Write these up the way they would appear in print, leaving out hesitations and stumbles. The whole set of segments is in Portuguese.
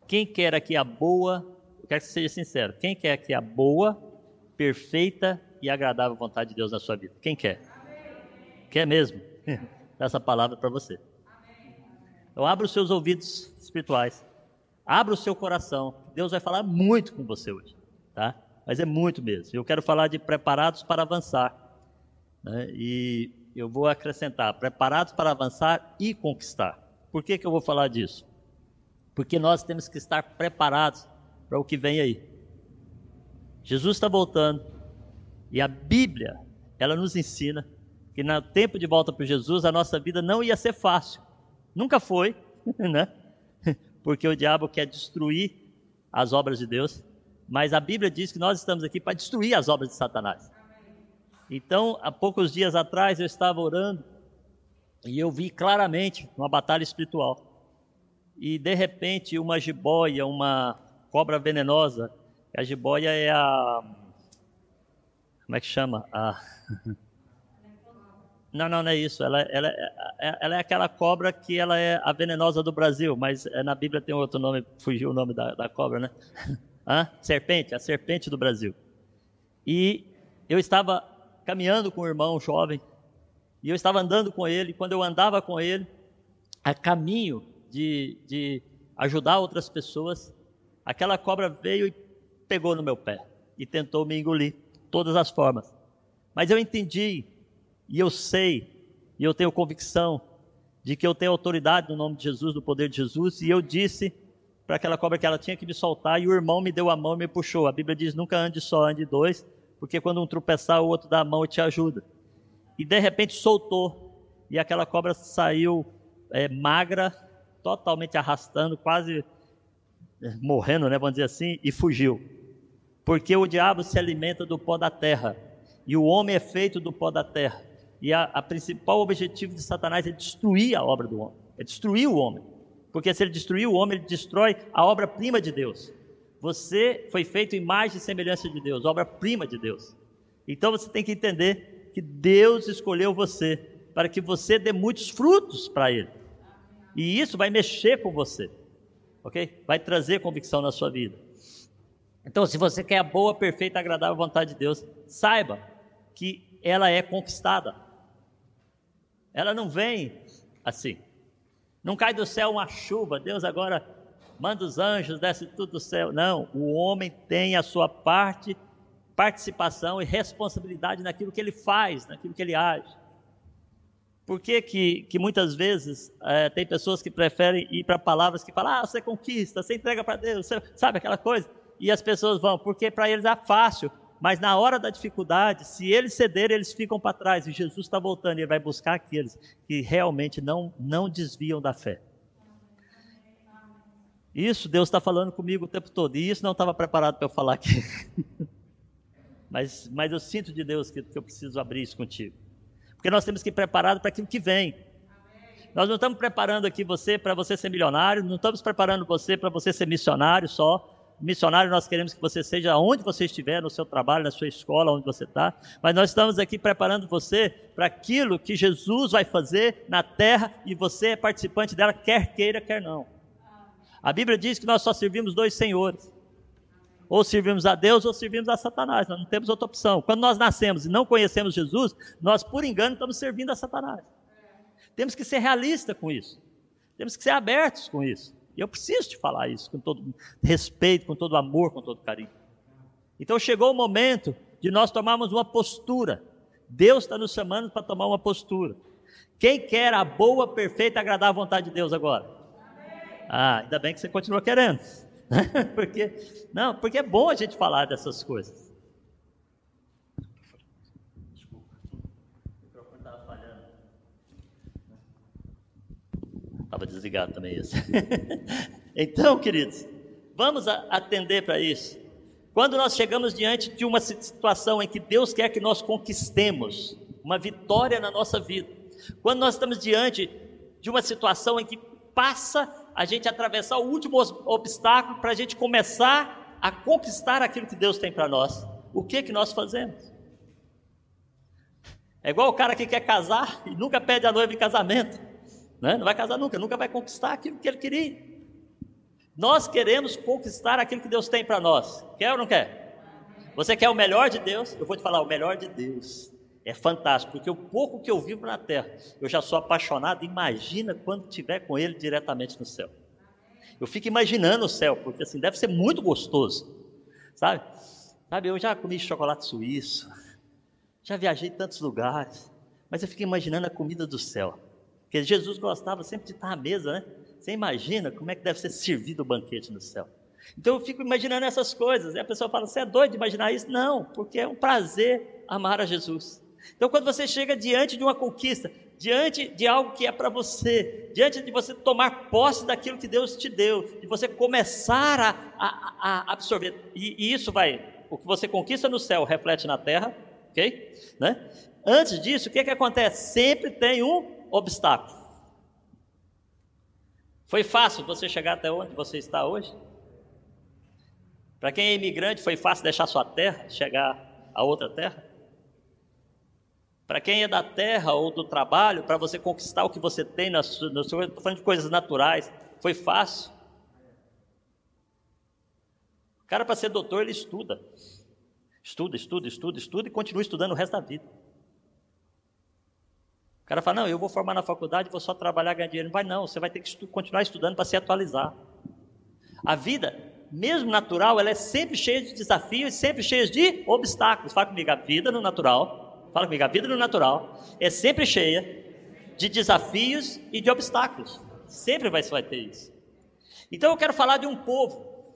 Quem quer aqui a boa, eu quero que você seja sincero, quem quer aqui a boa, perfeita e agradável vontade de Deus na sua vida? Quem quer? Quer mesmo? Essa palavra para você. Então abra os seus ouvidos espirituais, abra o seu coração, Deus vai falar muito com você hoje, tá? Mas é muito mesmo. Eu quero falar de preparados para avançar, né? E eu vou acrescentar, preparados para avançar e conquistar. Por que eu vou falar disso? Porque nós temos que estar preparados para o que vem aí. Jesus está voltando e a Bíblia, ela nos ensina que no tempo de volta para Jesus, a nossa vida não ia ser fácil. Nunca foi, né? Porque o diabo quer destruir as obras de Deus, mas a Bíblia diz que nós estamos aqui para destruir as obras de Satanás. Então, há poucos dias atrás eu estava orando e eu vi claramente uma batalha espiritual. E de repente uma jiboia, uma cobra venenosa, a jiboia é a... como é que chama? Não é isso, ela é aquela cobra que ela é a venenosa do Brasil, mas na Bíblia tem outro nome, fugiu o nome da cobra, né? Serpente, a serpente do Brasil. E eu estava caminhando com um irmão jovem, e eu estava andando com ele, e quando eu andava com ele, a caminho de ajudar outras pessoas, aquela cobra veio e pegou no meu pé, e tentou me engolir, de todas as formas. Mas eu entendi, e eu sei, e eu tenho convicção, de que eu tenho autoridade no nome de Jesus, no poder de Jesus, e eu disse para aquela cobra que ela tinha que me soltar, e o irmão me deu a mão e me puxou. A Bíblia diz, nunca ande só, ande dois, porque quando um tropeçar, o outro dá a mão e te ajuda. E de repente soltou, e aquela cobra saiu magra, totalmente arrastando, quase morrendo, né, vamos dizer assim, e fugiu. Porque o diabo se alimenta do pó da terra, e o homem é feito do pó da terra. E a principal objetivo de Satanás é destruir a obra do homem, é destruir o homem. Porque se ele destruir o homem, ele destrói a obra-prima de Deus. Você foi feito em imagem e semelhança de Deus, obra-prima de Deus. Então você tem que entender que Deus escolheu você para que você dê muitos frutos para Ele. E isso vai mexer com você, ok? Vai trazer convicção na sua vida. Então, se você quer a boa, perfeita, agradável vontade de Deus, saiba que ela é conquistada. Ela não vem assim. Não cai do céu uma chuva, Deus agora manda os anjos, desce tudo do céu. Não, o homem tem a sua participação e responsabilidade naquilo que ele faz, naquilo que ele age. Por que muitas vezes tem pessoas que preferem ir para palavras que falam, você conquista, você entrega para Deus, você, sabe aquela coisa? E as pessoas vão, porque para eles é fácil, mas na hora da dificuldade, se eles cederem, eles ficam para trás, e Jesus está voltando, e Ele vai buscar aqueles que realmente não desviam da fé. Isso Deus está falando comigo o tempo todo, e isso não estava preparado para eu falar aqui. mas eu sinto de Deus que eu preciso abrir isso contigo. Porque nós temos que ir preparados para aquilo que vem. Nós não estamos preparando aqui você para você ser milionário, não estamos preparando você para você ser missionário só. Missionário, nós queremos que você seja onde você estiver, no seu trabalho, na sua escola, onde você está. Mas nós estamos aqui preparando você para aquilo que Jesus vai fazer na terra e você é participante dela, quer queira, quer não. A Bíblia diz que nós só servimos dois senhores. Ou servimos a Deus ou servimos a Satanás, nós não temos outra opção. Quando nós nascemos e não conhecemos Jesus, nós por engano estamos servindo a Satanás. Temos que ser realistas com isso, temos que ser abertos com isso. E eu preciso te falar isso com todo respeito, com todo amor, com todo carinho. Então chegou o momento de nós tomarmos uma postura. Deus está nos chamando para tomar uma postura. Quem quer a boa, perfeita, agradável vontade de Deus agora? Ainda bem que você continua querendo. Porque é bom a gente falar dessas coisas. Desculpa, o microfone estava falhando. Estava desligado também isso. Então, queridos, vamos atender para isso. Quando nós chegamos diante de uma situação em que Deus quer que nós conquistemos uma vitória na nossa vida, quando nós estamos diante de uma situação em que passa a gente atravessar o último obstáculo para a gente começar a conquistar aquilo que Deus tem para nós, o que nós fazemos? É igual o cara que quer casar e nunca pede a noiva em casamento, né? Não vai casar nunca vai conquistar aquilo que ele queria. Nós queremos conquistar aquilo que Deus tem para nós. Quer ou não quer? Você quer o melhor de Deus? Eu vou te falar, o melhor de Deus é fantástico, porque o pouco que eu vivo na terra, eu já sou apaixonado. Imagina quando estiver com Ele diretamente no céu. Eu fico imaginando o céu, porque assim, deve ser muito gostoso, sabe? Eu já comi chocolate suíço, já viajei em tantos lugares, mas eu fico imaginando a comida do céu, porque Jesus gostava sempre de estar à mesa, né? Você imagina como é que deve ser servido o banquete no céu. Então eu fico imaginando essas coisas, e a pessoa fala, você é doido de imaginar isso? Não, porque é um prazer amar a Jesus. Então quando você chega diante de uma conquista, diante de algo que é para você, diante de você tomar posse daquilo que Deus te deu, de você começar a absorver, e isso o que você conquista no céu reflete na terra, ok? Né? Antes disso, o que acontece? Sempre tem um obstáculo. Foi fácil você chegar até onde você está hoje? Para quem é imigrante, foi fácil deixar sua terra, chegar a outra terra? Para quem é da terra ou do trabalho, para você conquistar o que você tem, estou falando de coisas naturais, foi fácil? O cara, para ser doutor, ele estuda e continua estudando o resto da vida. O cara fala, não, eu vou formar na faculdade, vou só trabalhar e ganhar dinheiro. Não vai não, você vai ter que continuar estudando para se atualizar. A vida, mesmo natural, ela é sempre cheia de desafios, sempre cheia de obstáculos. Fala comigo, a vida no natural é sempre cheia de desafios e de obstáculos. Sempre vai ter isso. Então eu quero falar de um povo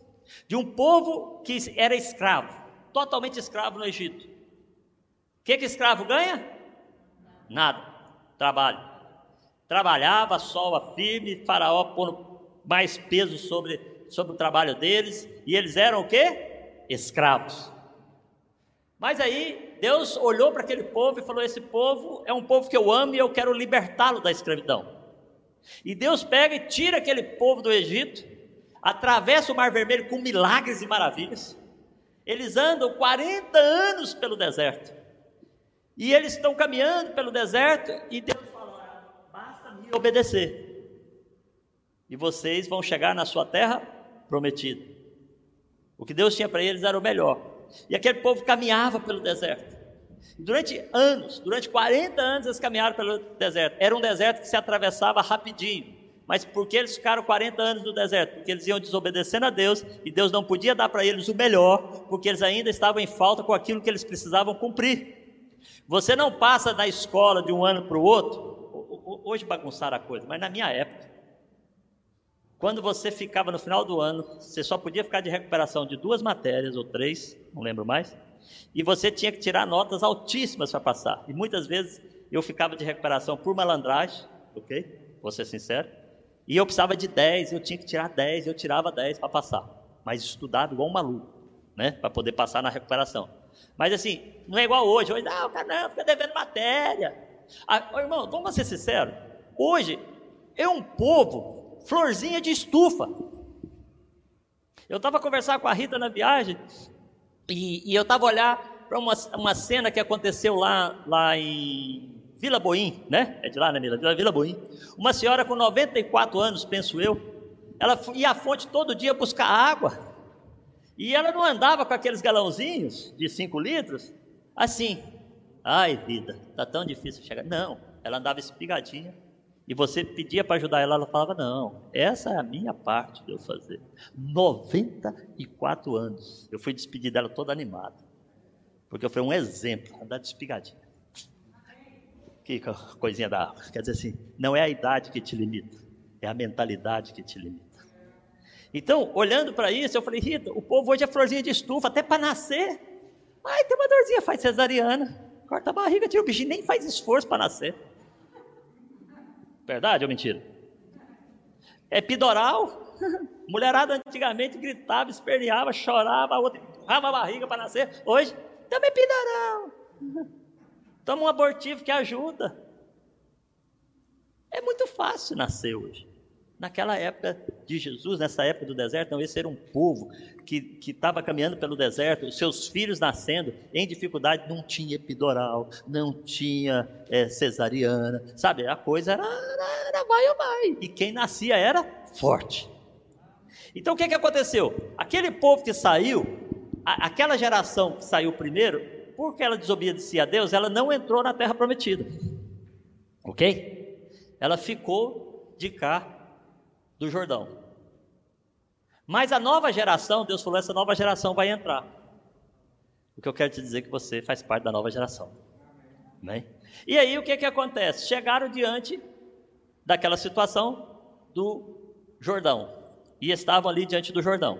que era escravo, totalmente escravo no Egito. O que escravo ganha? Nada. Trabalho. Trabalhava, sol firme, Faraó pondo mais peso sobre o trabalho deles, e eles eram o quê? Escravos. Mas aí Deus olhou para aquele povo e falou, esse povo é um povo que eu amo e eu quero libertá-lo da escravidão. E Deus pega e tira aquele povo do Egito, atravessa o Mar Vermelho com milagres e maravilhas. Eles andam 40 anos pelo deserto, e eles estão caminhando pelo deserto, e Deus fala, basta me obedecer, e vocês vão chegar na sua terra prometida. O que Deus tinha para eles era o melhor. E aquele povo caminhava pelo deserto. Durante 40 anos eles caminharam pelo deserto. Era um deserto que se atravessava rapidinho. Mas por que eles ficaram 40 anos no deserto? Porque eles iam desobedecendo a Deus, e Deus não podia dar para eles o melhor, porque eles ainda estavam em falta com aquilo que eles precisavam cumprir. Você não passa da escola de um ano para o outro. Hoje bagunçaram a coisa, mas na minha época, quando você ficava no final do ano, você só podia ficar de recuperação de 2 matérias ou 3, não lembro mais, e você tinha que tirar notas altíssimas para passar. E muitas vezes eu ficava de recuperação por malandragem, ok? Vou ser sincero. E eu precisava de 10, eu tinha que tirar 10, eu tirava 10 para passar. Mas estudava igual um maluco, né? Para poder passar na recuperação. Mas assim, não é igual hoje. Hoje, o cara não, fica devendo matéria. Irmão, vamos ser sinceros. Hoje é um povo florzinha de estufa. Eu estava conversando com a Rita na viagem, e eu estava olhando para uma cena que aconteceu lá em Vila Boim, né? É de lá, né, Vila Boim. Uma senhora com 94 anos, penso eu, ela ia à fonte todo dia buscar água, e ela não andava com aqueles galãozinhos de 5 litros, assim, ai vida, está tão difícil chegar. Não, ela andava espigadinha, e você pedia para ajudar ela, ela falava, não, essa é a minha parte de eu fazer. 94 anos, eu fui despedir dela toda animada, porque eu fui um exemplo, andar de espigadinha. Que coisinha da água. Quer dizer assim, não é a idade que te limita, é a mentalidade que te limita. Então, olhando para isso, eu falei, Rita, o povo hoje é florzinha de estufa, até para nascer. Ai, tem uma dorzinha, faz cesariana, corta a barriga, tira o bichinho, nem faz esforço para nascer. Verdade ou mentira? Epidural, mulherada antigamente gritava, esperneava, chorava, a outra empurrava a barriga para nascer. Hoje, também epidural. Toma um abortivo que ajuda. É muito fácil nascer hoje. Naquela época de Jesus, nessa época do deserto, não, esse era um povo que estava caminhando pelo deserto, os seus filhos nascendo em dificuldade, não tinha epidural, não tinha cesariana, sabe? A coisa era vai ou vai. E quem nascia era forte. Então o que aconteceu? Aquele povo que saiu, aquela geração que saiu primeiro, porque ela desobedecia a Deus, ela não entrou na terra prometida, ok? Ela ficou de cá do Jordão. Mas a nova geração, Deus falou, essa nova geração vai entrar. O que eu quero te dizer é que você faz parte da nova geração. Amém? E aí o que acontece? Chegaram diante daquela situação do Jordão, e estavam ali diante do Jordão,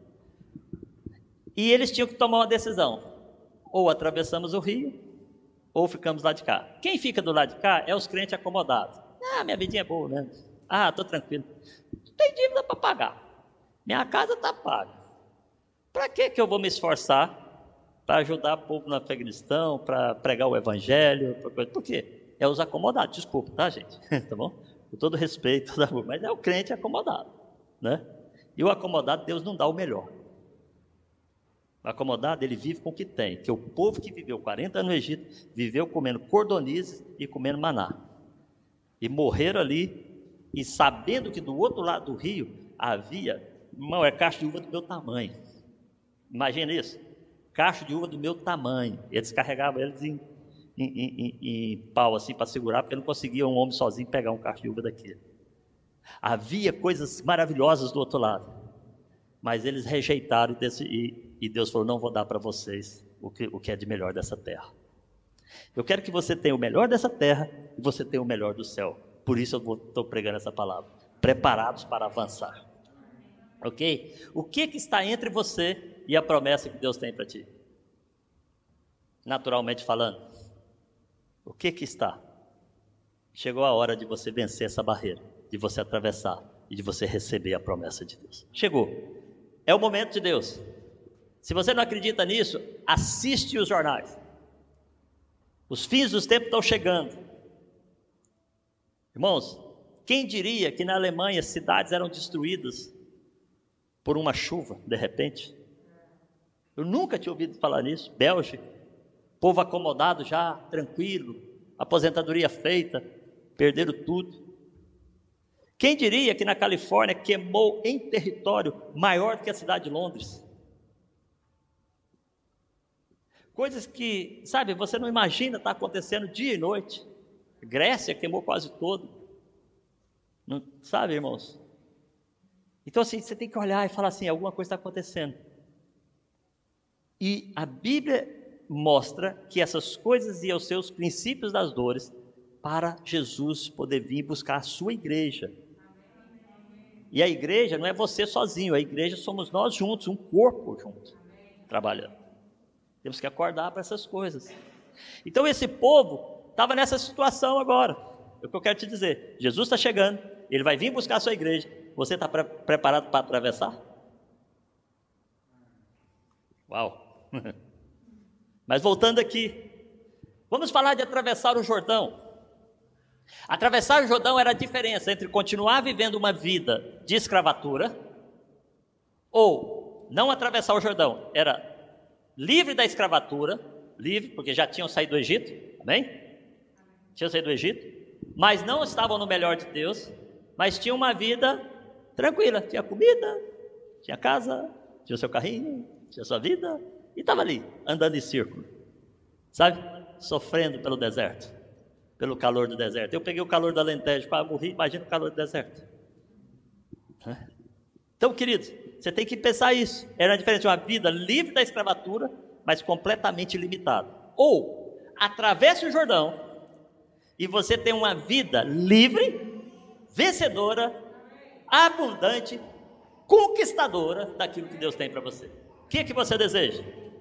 e eles tinham que tomar uma decisão: ou atravessamos o rio, ou ficamos lá de cá. Quem fica do lado de cá é os crentes acomodados. Minha vidinha é boa, né? Estou tranquilo, não tem dívida para pagar, minha casa está paga, para que eu vou me esforçar para ajudar o povo no Afeganistão, para pregar o evangelho? Por quê? É os acomodados, desculpa, tá, gente? Tá bom? Com todo respeito, mas é o crente acomodado, né? E o acomodado, Deus não dá o melhor. O acomodado, ele vive com o que tem. Que o povo que viveu 40 anos no Egito, viveu comendo cordonizes e comendo maná, e morreram ali, e sabendo que do outro lado do rio havia, irmão, cacho de uva do meu tamanho. Imagina isso, cacho de uva do meu tamanho. Eles carregavam eles em pau assim para segurar, porque não conseguia um homem sozinho pegar um cacho de uva daquele. Havia coisas maravilhosas do outro lado, mas eles rejeitaram, e Deus falou: não vou dar para vocês o que é de melhor dessa terra. Eu quero que você tenha o melhor dessa terra e você tenha o melhor do céu. Por isso eu estou pregando essa palavra: preparados para avançar. Ok? O que está entre você e a promessa que Deus tem para ti? Naturalmente falando, o que está? Chegou a hora de você vencer essa barreira, de você atravessar e de você receber a promessa de Deus. Chegou, é o momento de Deus. Se você não acredita nisso, assiste os jornais. Os fins dos tempos estão chegando. Irmãos, quem diria que na Alemanha cidades eram destruídas por uma chuva, de repente? Eu nunca tinha ouvido falar nisso. Bélgica, povo acomodado já, tranquilo, aposentadoria feita, perderam tudo. Quem diria que na Califórnia queimou em território maior do que a cidade de Londres? Coisas que, sabe, você não imagina, está acontecendo dia e noite. Grécia queimou quase todo. Não, sabe, irmãos? Então assim, você tem que olhar e falar assim: alguma coisa está acontecendo. E a Bíblia mostra que essas coisas e os seus princípios das dores, para Jesus poder vir buscar a sua igreja. E a igreja não é você sozinho, a igreja somos nós juntos, um corpo junto, trabalhando. Temos que acordar para essas coisas. Então esse povo estava nessa situação agora. É o que eu quero te dizer: Jesus está chegando, Ele vai vir buscar a sua igreja. Você está preparado para atravessar? Uau! Mas voltando aqui, vamos falar de atravessar o Jordão. Atravessar o Jordão era a diferença entre continuar vivendo uma vida de escravatura ou não atravessar o Jordão. Era livre da escravatura, livre porque já tinham saído do Egito, amém? Tinham saído do Egito, mas não estavam no melhor de Deus, mas tinham uma vida tranquila, tinha comida, tinha casa, tinha o seu carrinho, tinha a sua vida, e estava ali, andando em círculo, sabe? Sofrendo pelo deserto, pelo calor do deserto. Eu peguei o calor do Alentejo, quase morri, imagina o calor do deserto. Então, queridos, você tem que pensar isso. Era a diferença de uma vida livre da escravatura, mas completamente limitada. Ou, atravesse o Jordão, e você tem uma vida livre, vencedora, abundante, conquistadora daquilo que Deus tem para você. O que você deseja?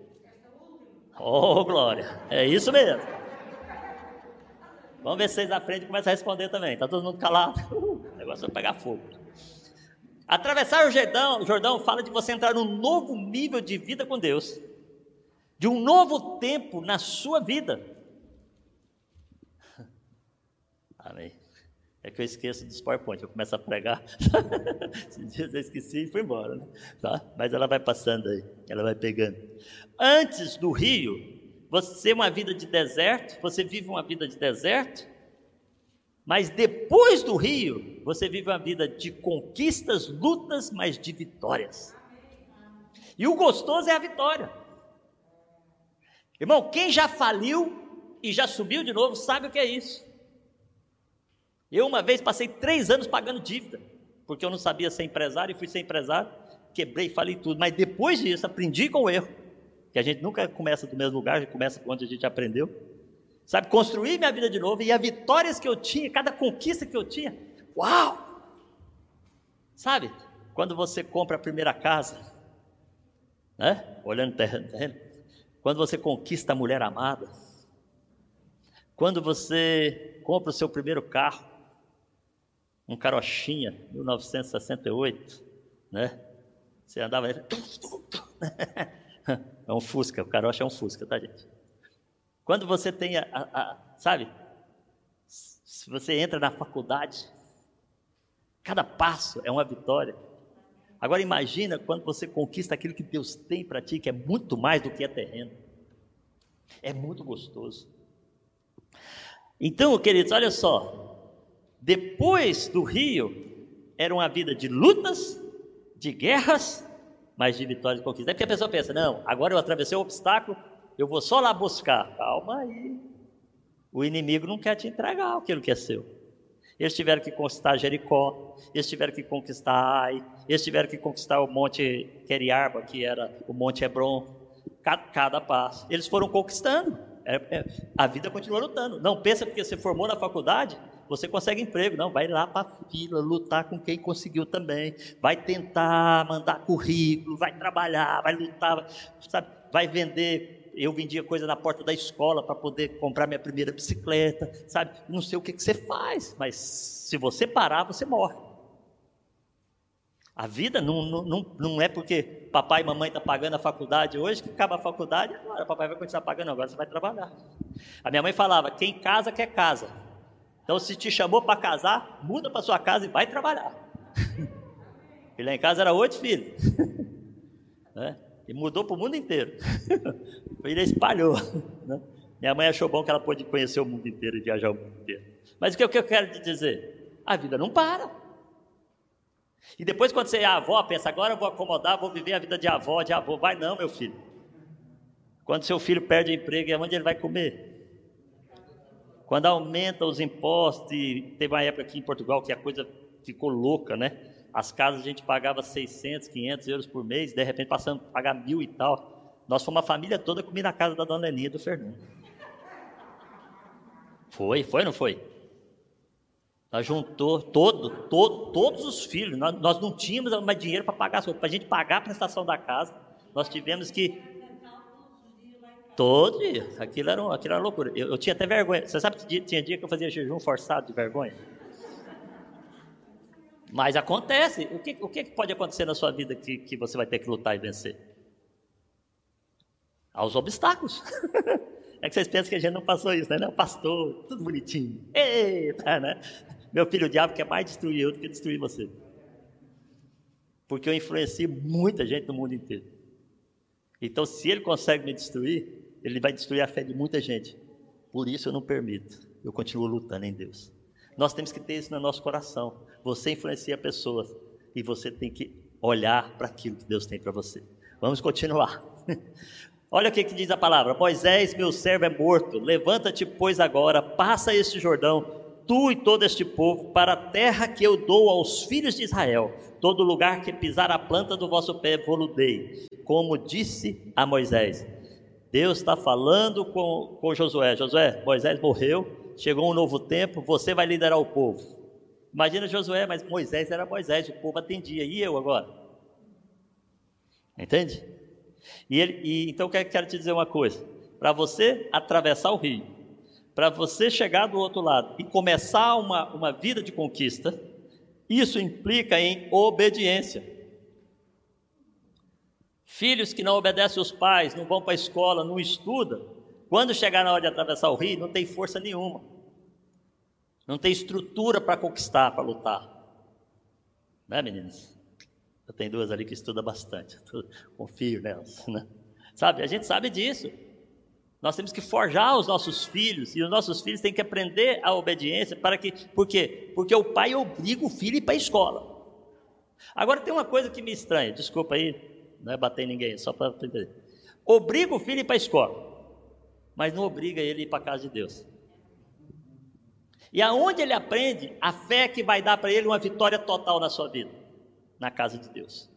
Oh, glória, é isso mesmo. Vamos ver se vocês aprendem e começam a responder também. Está todo mundo calado? O negócio vai pegar fogo. Atravessar o Jordão fala de você entrar num novo nível de vida com Deus, de um novo tempo na sua vida. Amém. É que eu esqueço dos PowerPoint, eu começo a pregar. Esses dias eu esqueci e fui embora, né? Tá? Mas ela vai passando aí, ela vai pegando. Antes do rio, você uma vida de deserto, você vive uma vida de deserto, Mas depois do rio, você vive uma vida de conquistas, lutas, mas de vitórias. E o gostoso é a vitória. Irmão, quem já faliu e já subiu de novo, sabe o que é isso. Eu uma vez passei 3 anos pagando dívida, porque eu não sabia ser empresário e fui ser empresário, quebrei, falei tudo. Mas depois disso, aprendi com o erro, que a gente nunca começa do mesmo lugar, a gente começa onde a gente aprendeu. Sabe, construir minha vida de novo, e as vitórias que eu tinha, cada conquista que eu tinha, uau! Sabe, quando você compra a primeira casa, né? Olhando terreno, quando você conquista a mulher amada, quando você compra o seu primeiro carro, um carochinha, 1968, né? Você andava... É um Fusca, o carocha é um Fusca, tá, gente? Quando você tem sabe, se você entra na faculdade, cada passo é uma vitória. Agora imagina quando você conquista aquilo que Deus tem para ti, que é muito mais do que é terreno. É muito gostoso. Então, queridos, olha só, depois do rio, era uma vida de lutas, de guerras, mas de vitórias e conquistas. É porque a pessoa pensa, não, agora eu atravessei o obstáculo, eu vou só lá buscar. Calma aí, o inimigo não quer te entregar aquilo que é seu. Eles tiveram que conquistar Jericó, eles tiveram que conquistar Ai, eles tiveram que conquistar o Monte Queriarba, que era o Monte Hebron, cada passo. Eles foram conquistando, a vida continua lutando. Não pensa porque você formou na faculdade, você consegue emprego. Não, vai lá para a fila, lutar com quem conseguiu também. Vai tentar mandar currículo, vai trabalhar, vai lutar, sabe? Vai vender. Eu vendia coisa na porta da escola para poder comprar minha primeira bicicleta, sabe? Não sei o que você faz, mas se você parar, você morre. A vida não é porque papai e mamãe estão pagando a faculdade hoje, que acaba a faculdade, agora papai vai continuar pagando, agora você vai trabalhar. A minha mãe falava, quem casa quer casa. Então se te chamou para casar, muda para sua casa e vai trabalhar. E lá em casa era 8 filhos. Né? E mudou para o mundo inteiro. Ele espalhou. Né? Minha mãe achou bom que ela pôde conhecer o mundo inteiro e viajar o mundo inteiro. Mas o que eu quero te dizer? A vida não para. E depois quando você é avó, pensa, agora eu vou acomodar, vou viver a vida de avó, de avô. Vai não, meu filho. Quando seu filho perde o emprego, é onde ele vai comer? Quando aumenta os impostos, e teve uma época aqui em Portugal que a coisa ficou louca, né? As casas a gente pagava 600, 500 euros por mês, de repente passando a pagar 1.000 e tal. Nós fomos uma família toda comer na casa da dona Leninha e do Fernando. Foi ou não foi? Nós juntou todos os filhos. Nós não tínhamos mais dinheiro para pagar as coisas. Para a gente pagar a prestação da casa, nós tivemos que... Todo dia. Aquilo era uma loucura. Eu tinha até vergonha. Você sabe que tinha dia que eu fazia jejum forçado de vergonha? Mas acontece. O que pode acontecer na sua vida que você vai ter que lutar e vencer? Aos obstáculos. É que vocês pensam que a gente não passou isso, né? Não, pastor, tudo bonitinho. Eita, né? Meu filho, o diabo quer mais destruir eu do que destruir você. Porque eu influencio muita gente no mundo inteiro. Então, se ele consegue me destruir, ele vai destruir a fé de muita gente. Por isso eu não permito. Eu continuo lutando em Deus. Nós temos que ter isso no nosso coração. Você influencia pessoas e você tem que olhar para aquilo que Deus tem para você. Vamos continuar. Olha o que diz a palavra. Moisés, meu servo é morto. Levanta-te, pois, agora, passa este Jordão, tu e todo este povo, para a terra que eu dou aos filhos de Israel. Todo lugar que pisar a planta do vosso pé, vou-lo dei. Como disse a Moisés. Deus está falando com Josué. Josué, Moisés morreu, chegou um novo tempo, você vai liderar o povo. Imagina Josué, mas Moisés era Moisés, o povo atendia. E eu agora? Entende? Então eu quero te dizer uma coisa. Para você atravessar o rio, para você chegar do outro lado e começar uma vida de conquista, isso implica em obediência. Filhos que não obedecem os pais, não vão para a escola, não estudam, quando chegar na hora de atravessar o rio, não tem força nenhuma. Não tem estrutura para conquistar, para lutar. Né, meninas? Eu tenho 2 ali que estudam bastante. Eu confio nelas, né? Sabe, a gente sabe disso. Nós temos que forjar os nossos filhos, e os nossos filhos têm que aprender a obediência, por quê? Porque o pai obriga o filho a ir para a escola. Agora tem uma coisa que me estranha, desculpa aí, não é bater em ninguém, só para entender. Obriga o filho a ir para a escola, mas não obriga ele a ir para a casa de Deus. E aonde ele aprende a fé que vai dar para ele uma vitória total na sua vida? Na casa de Deus.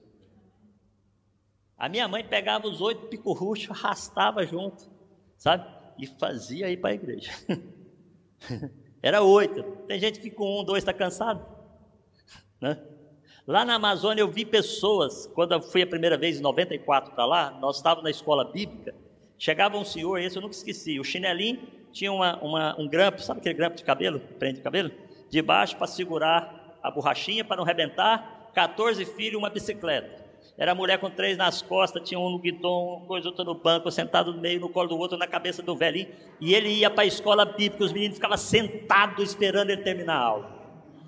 A minha mãe pegava os 8 picurruchos, arrastava junto, sabe? E fazia ir para a igreja. Era 8. Tem gente que com 1, 2 está cansado, né? Lá na Amazônia eu vi pessoas, quando eu fui a primeira vez em 94 para lá, nós estávamos na escola bíblica, chegava um senhor, esse eu nunca esqueci, o chinelinho tinha um grampo, sabe aquele grampo de cabelo, que prende o cabelo? De baixo para segurar a borrachinha, para não arrebentar, 14 filhos, uma bicicleta. Era a mulher com 3 nas costas, tinha um no guidão, coisa outra no banco, sentado no meio, no colo do outro, na cabeça do velhinho, e ele ia para a escola bíblica, os meninos ficavam sentados esperando ele terminar a aula.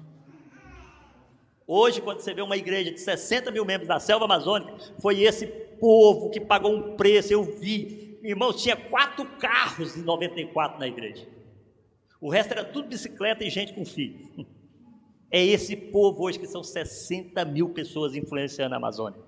Hoje, quando você vê uma igreja de 60 mil membros da selva amazônica, foi esse povo que pagou um preço. Eu vi, irmãos, tinha 4 carros em 94 na igreja. O resto era tudo bicicleta e gente com filho. É esse povo hoje que são 60 mil pessoas influenciando a Amazônia.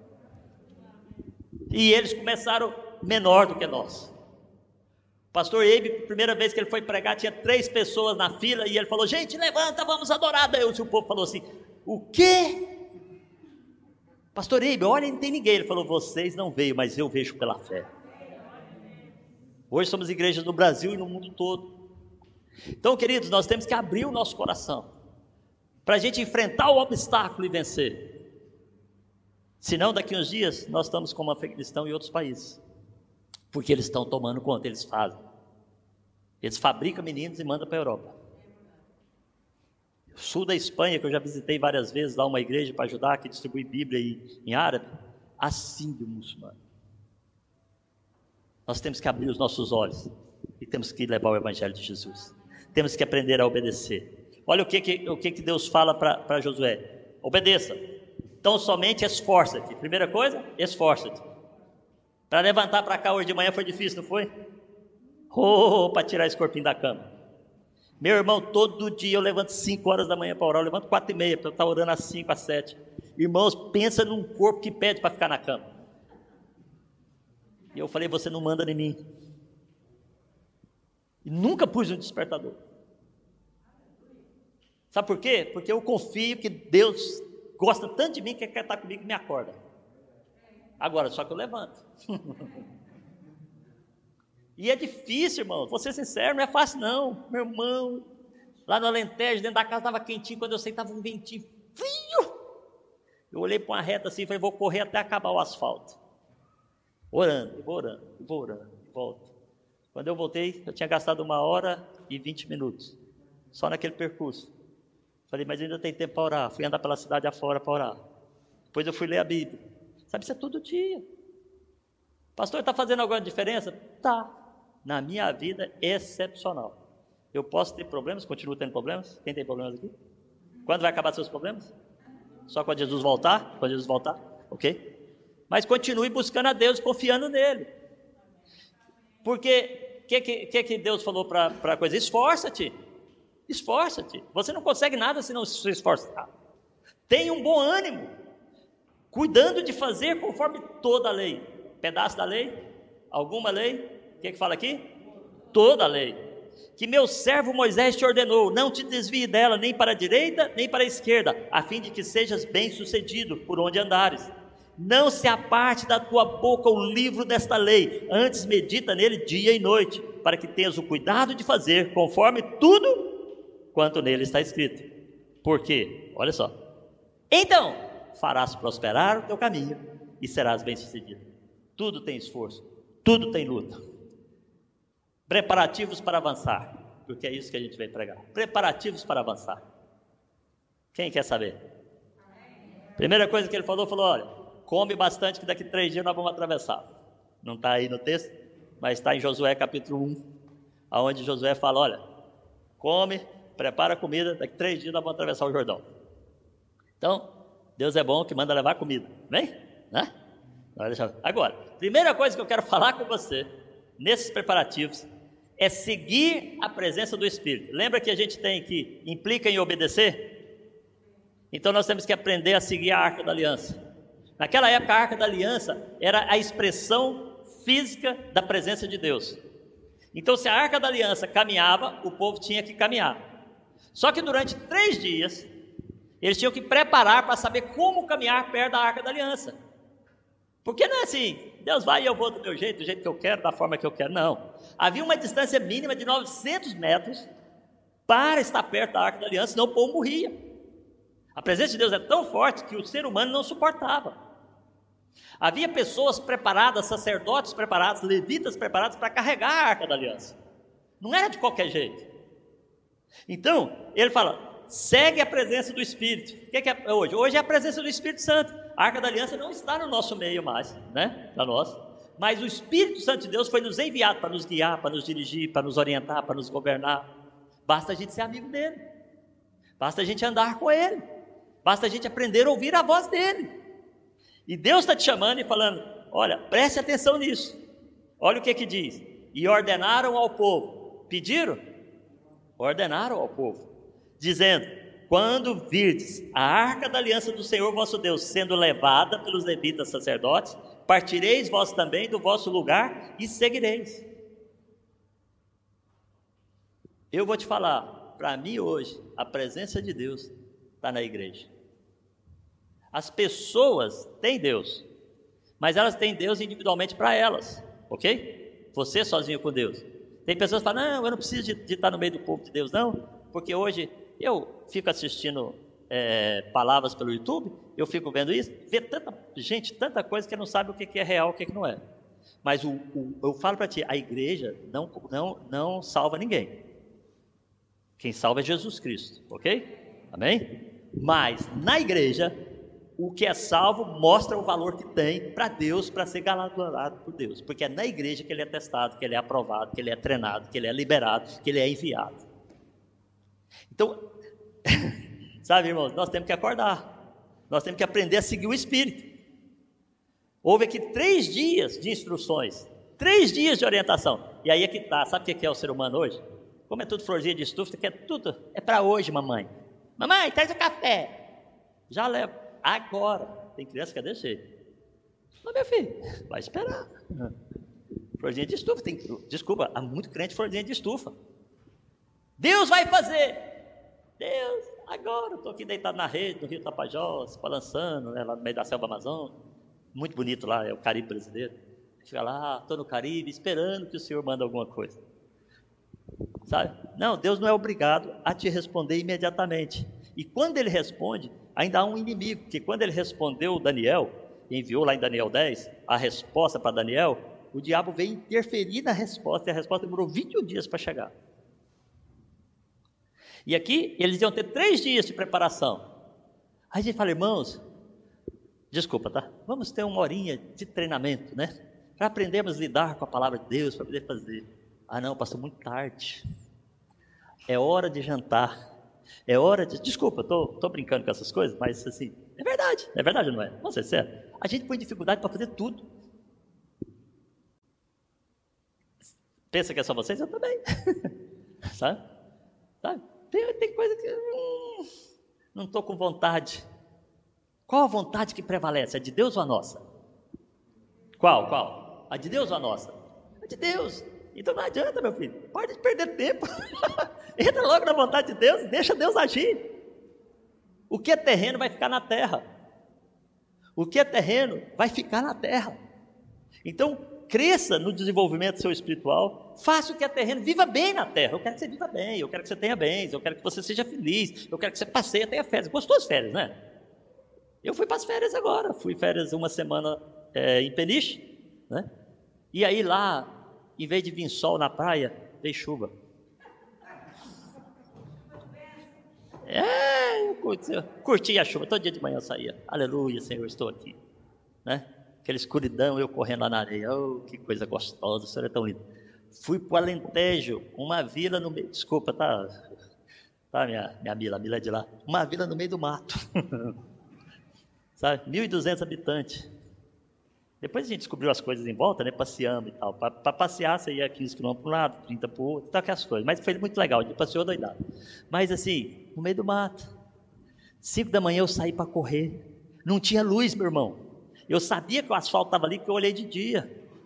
E eles começaram menor do que nós. O pastor Eibe, primeira vez que ele foi pregar, tinha 3 pessoas na fila e ele falou: gente, levanta, vamos adorar a Deus. E o povo falou assim: o quê? Pastor Eibe, olha, não tem ninguém. Ele falou: vocês não veem, mas eu vejo pela fé. Hoje somos igrejas no Brasil e no mundo todo. Então, queridos, nós temos que abrir o nosso coração para a gente enfrentar o obstáculo e vencer. Senão, daqui uns dias, nós estamos como Afeganistão e outros países, porque eles estão tomando conta, eles fazem. Eles fabricam meninos e mandam para a Europa. Sul da Espanha, que eu já visitei várias vezes, lá uma igreja para ajudar, que distribui Bíblia em árabe, assírio muçulmano. Nós temos que abrir os nossos olhos e temos que levar o Evangelho de Jesus. Temos que aprender a obedecer. Olha o que Deus fala para Josué: obedeça, então somente esforça-te. Primeira coisa, esforça-te. Para levantar para cá hoje de manhã foi difícil, não foi? Para tirar esse corpinho da cama. Meu irmão, todo dia eu levanto 5 horas da manhã para orar, eu levanto 4h30, para eu estar orando às 5, às 7. Irmãos, pensa num corpo que pede para ficar na cama. E eu falei: você não manda em mim. E nunca pus um despertador. Sabe por quê? Porque eu confio que Deus gosta tanto de mim que quer estar comigo e me acorda. Agora, só que eu levanto. E é difícil, irmão, vou ser sincero, não é fácil não. Meu irmão, lá no Alentejo, dentro da casa estava quentinho, quando eu sei estava um ventinho frio. Eu olhei para uma reta assim e falei: vou correr até acabar o asfalto. Orando, vou orando, volto. Quando eu voltei, eu tinha gastado 1h20 minutos, só naquele percurso. Falei: mas ainda tem tempo para orar. Fui andar pela cidade afora para orar. Depois eu fui ler a Bíblia. Sabe, isso é todo dia. Pastor, está fazendo alguma diferença? Tá. Na minha vida, excepcional. Eu posso ter problemas, continuo tendo problemas. Quem tem problemas aqui? Quando vai acabar seus problemas? Só quando Jesus voltar? Quando Jesus voltar? Ok? Mas continue buscando a Deus, confiando nele. Porque, o que Deus falou para a coisa? Esforça-te. Esforça-te. Você não consegue nada se não se esforçar. Tenha um bom ânimo, cuidando de fazer conforme toda a lei. Pedaço da lei? Alguma lei? O que fala aqui? Toda a lei. Que meu servo Moisés te ordenou: não te desvie dela, nem para a direita, nem para a esquerda, a fim de que sejas bem sucedido por onde andares. Não se aparte da tua boca o livro desta lei, antes medita nele dia e noite, para que tenhas o cuidado de fazer conforme tudo quanto nele está escrito. Por quê? Olha só. Então farás prosperar o teu caminho e serás bem sucedido. Tudo tem esforço, tudo tem luta. Preparativos para avançar, porque é isso que a gente veio pregar. Preparativos para avançar. Quem quer saber? Primeira coisa que ele falou: olha, come bastante que daqui 3 dias nós vamos atravessar. Não está aí no texto, mas está em Josué capítulo 1, onde Josué fala: olha, come, prepara a comida, daqui 3 dias nós vamos atravessar o Jordão. Então, Deus é bom que manda levar comida, vem? Né? Agora, primeira coisa que eu quero falar com você nesses preparativos, é seguir a presença do Espírito. Lembra que a gente tem que implica em obedecer? Então nós temos que aprender a seguir a Arca da Aliança. Naquela época a Arca da Aliança era a expressão física da presença de Deus. Então se a Arca da Aliança caminhava, o povo tinha que caminhar. Só que durante 3 dias, eles tinham que preparar para saber como caminhar perto da Arca da Aliança. Porque não é assim, Deus vai e eu vou do meu jeito, do jeito que eu quero, da forma que eu quero. Não. Havia uma distância mínima de 900 metros para estar perto da Arca da Aliança, senão o povo morria. A presença de Deus é tão forte que o ser humano não suportava. Havia pessoas preparadas, sacerdotes preparados, levitas preparados para carregar a Arca da Aliança. Não era de qualquer jeito. Então, ele fala, segue a presença do Espírito. O que é hoje? Hoje é a presença do Espírito Santo. A Arca da Aliança não está no nosso meio mais, né? Para nós. Mas o Espírito Santo de Deus foi nos enviado para nos guiar, para nos dirigir, para nos orientar, para nos governar. Basta a gente ser amigo dele. Basta a gente andar com ele. Basta a gente aprender a ouvir a voz dele. E Deus está te chamando e falando, olha, preste atenção nisso. Olha o que diz. E ordenaram ao povo. Pediram? Ordenaram ao povo. Dizendo, quando virdes a Arca da Aliança do Senhor vosso Deus sendo levada pelos levitas sacerdotes, partireis vós também do vosso lugar e seguireis. Eu vou te falar, para mim hoje, a presença de Deus está na igreja. As pessoas têm Deus, mas elas têm Deus individualmente para elas, ok? Você sozinho com Deus. Tem pessoas que falam, não, eu não preciso de estar no meio do povo de Deus, não, porque hoje eu fico assistindo palavras pelo YouTube, eu fico vendo isso, vê tanta gente, tanta coisa que não sabe o que é real, o que não é. Mas eu falo para ti, a igreja não salva ninguém. Quem salva é Jesus Cristo, ok? Amém? Mas na igreja, o que é salvo mostra o valor que tem para Deus, para ser galardoado por Deus. Porque é na igreja que ele é testado, que ele é aprovado, que ele é treinado, que ele é liberado, que ele é enviado. Então, sabe, irmãos, nós temos que acordar. Nós temos que aprender a seguir o Espírito. Houve aqui 3 dias de instruções, 3 dias de orientação. E aí é que está, sabe o que é o ser humano hoje? Como é tudo florzinha de estufa, que é tudo, é para hoje, mamãe. Mamãe, traz o café. Já levo. Agora. Tem criança que é desse jeito. Não, meu filho, vai esperar. Florzinha de estufa. Desculpa, há muito crente florzinha de estufa. Deus vai fazer. Deus, agora. Estou aqui deitado na rede, no Rio Tapajós, balançando, né, lá no meio da selva amazônica. Muito bonito lá, é o Caribe brasileiro. Fica lá, estou no Caribe, esperando que o Senhor mande alguma coisa. Sabe? Não, Deus não é obrigado a te responder imediatamente. E quando ele responde, ainda há um inimigo, porque quando ele respondeu Daniel, enviou lá em Daniel 10, a resposta para Daniel, o diabo veio interferir na resposta, e a resposta demorou 21 dias para chegar. E aqui, eles iam ter 3 dias de preparação. Aí a gente fala, irmãos, desculpa, tá? Vamos ter uma horinha de treinamento, né? Para aprendermos a lidar com a palavra de Deus, para poder fazer. Ah não, passou muito tarde. É hora de jantar. É hora de... Desculpa, estou brincando com essas coisas, mas assim, é verdade ou não é? Vamos ser sério. A gente põe dificuldade para fazer tudo. Pensa que é só vocês? Eu também. Sabe? Tem coisa que não estou com vontade. Qual a vontade que prevalece? A de Deus ou a nossa? Qual? A de Deus ou a nossa? A de Deus. Então não adianta, meu filho, pode perder tempo. Entra logo na vontade de Deus, deixa Deus agir. O que é terreno vai ficar na terra. O que é terreno vai ficar na terra. Então, cresça no desenvolvimento seu espiritual, faça o que é terreno, viva bem na terra. Eu quero que você viva bem, eu quero que você tenha bens, eu quero que você seja feliz, eu quero que você passeie, tenha férias. Gostou das férias, né? Eu fui para as férias agora, fui férias uma semana em Peniche, né? E aí lá, em vez de vir sol na praia, veio chuva. Eu curti a chuva, todo dia de manhã eu saía. Aleluia, Senhor, estou aqui, né? Aquela escuridão, eu correndo lá na areia. Oh, que coisa gostosa, o Senhor é tão lindo. Fui para o Alentejo, uma vila no meio... Desculpa, tá minha Mila é de lá. Uma vila no meio do mato. Sabe, 1.200 habitantes. Depois a gente descobriu as coisas em volta, né? Passeando e tal. Para passear, você ia 15 km para um lado, 30 para o outro, tal, aquelas coisas. Mas foi muito legal, a gente passeou doidado. Mas assim, no meio do mato. 5 da manhã eu saí para correr. Não tinha luz, meu irmão. Eu sabia que o asfalto estava ali, porque eu olhei de dia.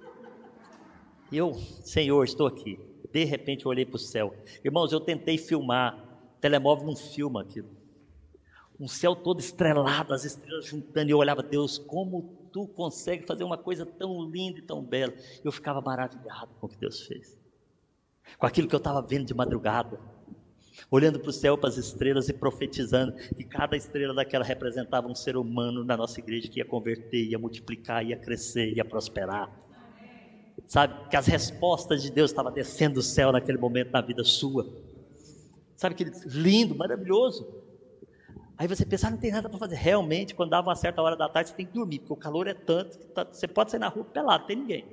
Eu, Senhor, estou aqui. De repente eu olhei para o céu. Irmãos, eu tentei filmar. O telemóvel não filma aquilo. Um céu todo estrelado, as estrelas juntando. E eu olhava, Deus, como tu consegue fazer uma coisa tão linda e tão bela. Eu ficava maravilhado com o que Deus fez. Com aquilo que eu estava vendo de madrugada. Olhando para o céu, para as estrelas e profetizando. E cada estrela daquela representava um ser humano na nossa igreja que ia converter, ia multiplicar, ia crescer, ia prosperar. Sabe, que as respostas de Deus estavam descendo do céu naquele momento na vida sua. Sabe, que lindo, maravilhoso. Aí você pensa, não tem nada para fazer. Realmente, quando dava uma certa hora da tarde, você tem que dormir, porque o calor é tanto que você pode sair na rua pelado, não tem ninguém.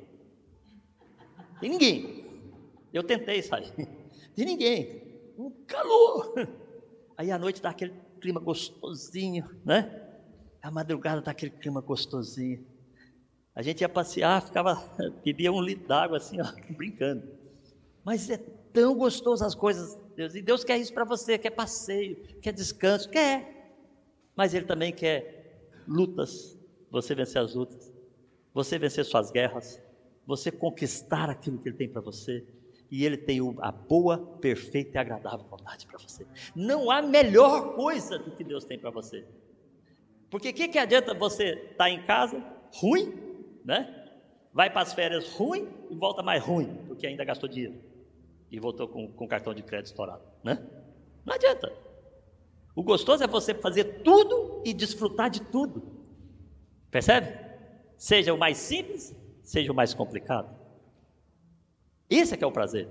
Tem ninguém. Eu tentei sair. Tem ninguém. Um calor. Aí à noite dá aquele clima gostosinho, né? A madrugada dá aquele clima gostosinho. A gente ia passear, bebia 1 litro d'água assim, ó, brincando. Mas é tão gostoso as coisas, Deus. E Deus quer isso para você, quer passeio, quer descanso, quer. Mas Ele também quer lutas, você vencer as lutas, você vencer suas guerras, você conquistar aquilo que Ele tem para você. E Ele tem a boa, perfeita e agradável vontade para você. Não há melhor coisa do que Deus tem para você. Porque o que adianta você estar em casa ruim, né? Vai para as férias ruim e volta mais ruim, porque ainda gastou dinheiro e voltou com cartão de crédito estourado, né? Não adianta. O gostoso é você fazer tudo e desfrutar de tudo. Percebe? Seja o mais simples, seja o mais complicado. Esse é que é o prazer.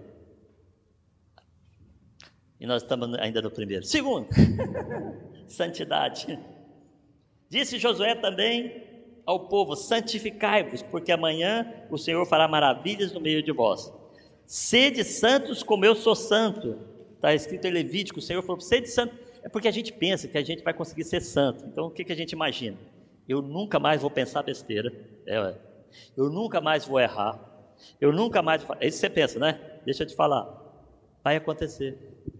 E nós estamos ainda no primeiro. Segundo, santidade. Disse Josué também ao povo: santificai-vos, porque amanhã o Senhor fará maravilhas no meio de vós. Sede santos como eu sou santo. Está escrito em Levítico, o Senhor falou: sede santo. É porque a gente pensa que a gente vai conseguir ser santo. Então o que a gente imagina? Eu nunca mais vou pensar besteira. Eu nunca mais vou errar. Eu nunca mais... É isso que você pensa, né? Deixa eu te falar. Vai acontecer.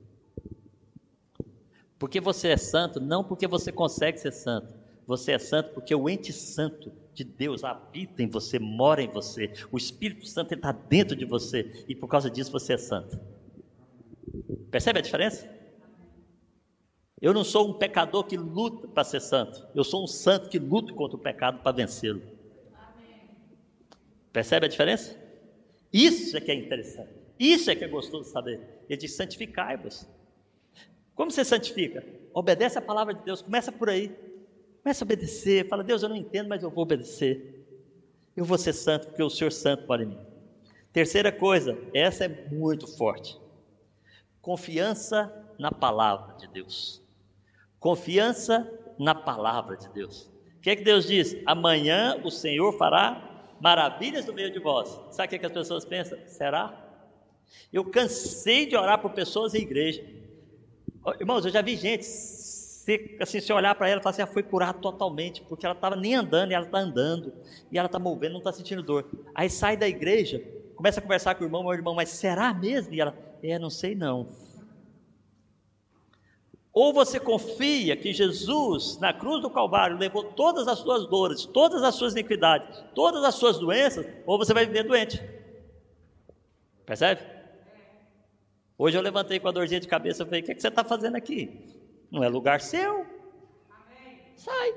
Porque você é santo, não porque você consegue ser santo. Você é santo porque o ente santo de Deus habita em você, mora em você. O Espírito Santo está dentro de você. E por causa disso você é santo. Percebe a diferença? Eu não sou um pecador que luta para ser santo. Eu sou um santo que luta contra o pecado para vencê-lo. Percebe a diferença? Isso é que é interessante. Isso é que é gostoso saber. Ele diz: santificai-vos. Como você santifica? Obedece a palavra de Deus. Começa por aí. Começa a obedecer. Fala: Deus, eu não entendo, mas eu vou obedecer. Eu vou ser santo porque o Senhor santo mora em mim. Terceira coisa, essa é muito forte. Confiança na palavra de Deus. Confiança na palavra de Deus. O que é que Deus diz? Amanhã o Senhor fará maravilhas no meio de vós. Sabe o que é que as pessoas pensam? Será? Eu cansei de orar por pessoas em igreja. Irmãos, eu já vi gente, se olhar para ela e falar assim: foi curada totalmente, porque ela estava nem andando, e ela está andando, e ela está movendo, não está sentindo dor. Aí sai da igreja, começa a conversar com o irmão: meu irmão, mas será mesmo? E ela: não sei não. Ou você confia que Jesus, na cruz do Calvário, levou todas as suas dores, todas as suas iniquidades, todas as suas doenças, ou você vai viver doente. Percebe? Hoje eu levantei com a dorzinha de cabeça e falei: o que você está fazendo aqui? Não é lugar seu. Sai.